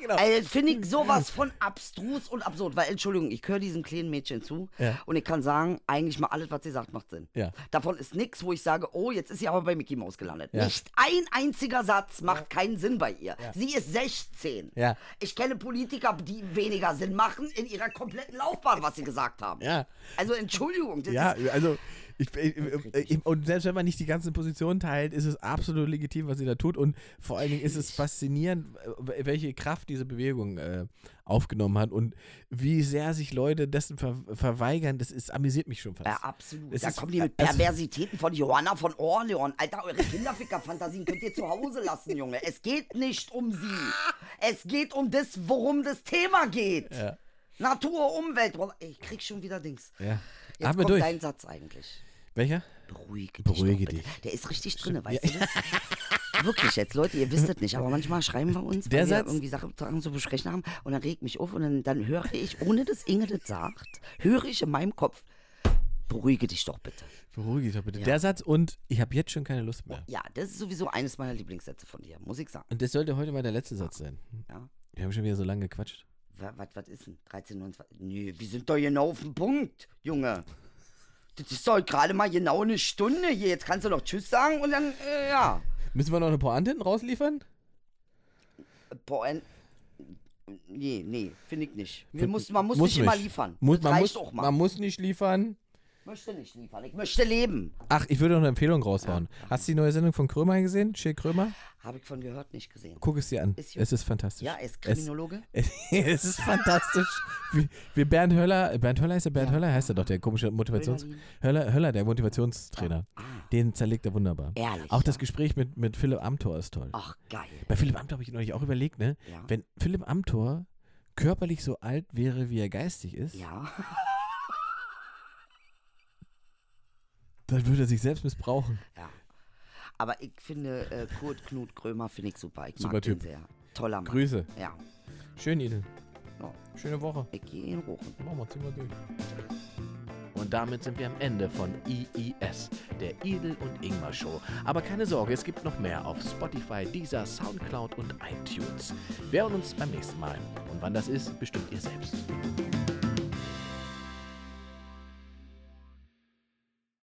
Genau. Also, finde ich sowas von abstrus und absurd. Weil, Entschuldigung, ich höre diesem kleinen Mädchen zu Ja. und ich kann sagen, eigentlich mal alles, was sie sagt, macht Sinn. Ja. Davon ist nichts, wo ich sage, oh, jetzt ist sie aber bei Mickey Mouse gelandet. Ja. Nicht ein einziger Satz macht keinen Sinn bei ihr. Ja. Sie ist sechzehn. Ja. Ich kenne Politiker, die weniger Sinn machen in ihrer kompletten Laufbahn, was sie gesagt haben. Ja. Also, Entschuldigung. Das Ja, ist, also ich, ich, ich, und selbst wenn man nicht die ganzen Positionen teilt, ist es absolut legitim, was sie da tut und vor allen Dingen ist es faszinierend, welche Kraft diese Bewegung äh, aufgenommen hat und wie sehr sich Leute dessen ver verweigern, das ist, amüsiert mich schon fast. Ja, absolut. Es Da ist- kommen die mit also- Perversitäten von Johanna von Orleans. Alter, eure Kinderficker-Fantasien könnt ihr zu Hause lassen, Junge. Es geht nicht um sie. Es geht um das, worum das Thema geht. Ja. Natur, Umwelt. Boah, Ich krieg schon wieder Dings. Ja. Jetzt Haben wir kommt durch. dein Satz eigentlich. Welcher? Beruhige dich. Beruhige doch bitte. dich. Der ist richtig drin, weißt du das? Wirklich jetzt, Leute, ihr wisst es nicht, aber manchmal schreiben wir uns, Der weil wir Satz- irgendwie Sachen Sachen zu besprechen haben und dann regt mich auf und dann, dann höre ich, ohne dass Inge das sagt, höre ich in meinem Kopf, beruhige dich doch bitte. Beruhige dich doch bitte. Ja. Der Satz und ich habe jetzt schon keine Lust mehr. Ja, das ist sowieso eines meiner Lieblingssätze von dir, muss ich sagen. Und das sollte heute mal der letzte Satz sein. Ja. Wir haben schon wieder so lange gequatscht. Was, was, was ist denn? dreizehn, neunundzwanzig? Nee, wir sind doch genau auf dem Punkt, Junge. Das ist doch gerade mal genau eine Stunde hier. Jetzt kannst du noch Tschüss sagen und dann, äh, ja. Müssen wir noch eine Pointe hinten rausliefern? Boah, ein, nee, nee, finde ich nicht. Wir muss, man muss, Muss nicht immer nicht. liefern. Muss, das man, reicht muss, auch mal. man muss nicht liefern. Ich möchte nicht liefern, ich möchte leben. Ach, ich würde noch eine Empfehlung raushauen. Hast du die neue Sendung von Krömer gesehen? Schill Krömer? Habe ich von gehört, nicht gesehen. Guck es dir an. Ist gut. Es ist fantastisch. Ja, er ist Kriminologe. Es, es ist fantastisch. Wie, wie Bernd Höller, Bernd Höller ist der Bernd Ja. Höller, heißt er doch, der komische Motivations... Höllerlin. Höller, Höller, der Motivationstrainer. Ah. Den zerlegt er wunderbar. Ehrlich, Auch das ja. Gespräch mit, mit Philipp Amthor ist toll. Ach, geil. Bei Philipp Amthor habe ich neulich auch überlegt, ne? Ja. Wenn Philipp Amthor körperlich so alt wäre, wie er geistig ist, Ja. dann würde er sich selbst missbrauchen. Ja. Aber ich finde, äh, Kurt Knut Krömer finde ich super. Ich Super mag Typ. den sehr. Toller Mann. Grüße. Ja. Schön, Idel. Ja. Schöne Woche. Ich gehe ihn rufen. Machen wir, ziehen wir durch. Und damit sind wir am Ende von I I S, der Idel und Ingmar Show. Aber keine Sorge, es gibt noch mehr auf Spotify, Deezer, Soundcloud und iTunes. Wir hören uns beim nächsten Mal. Und wann das ist, bestimmt ihr selbst.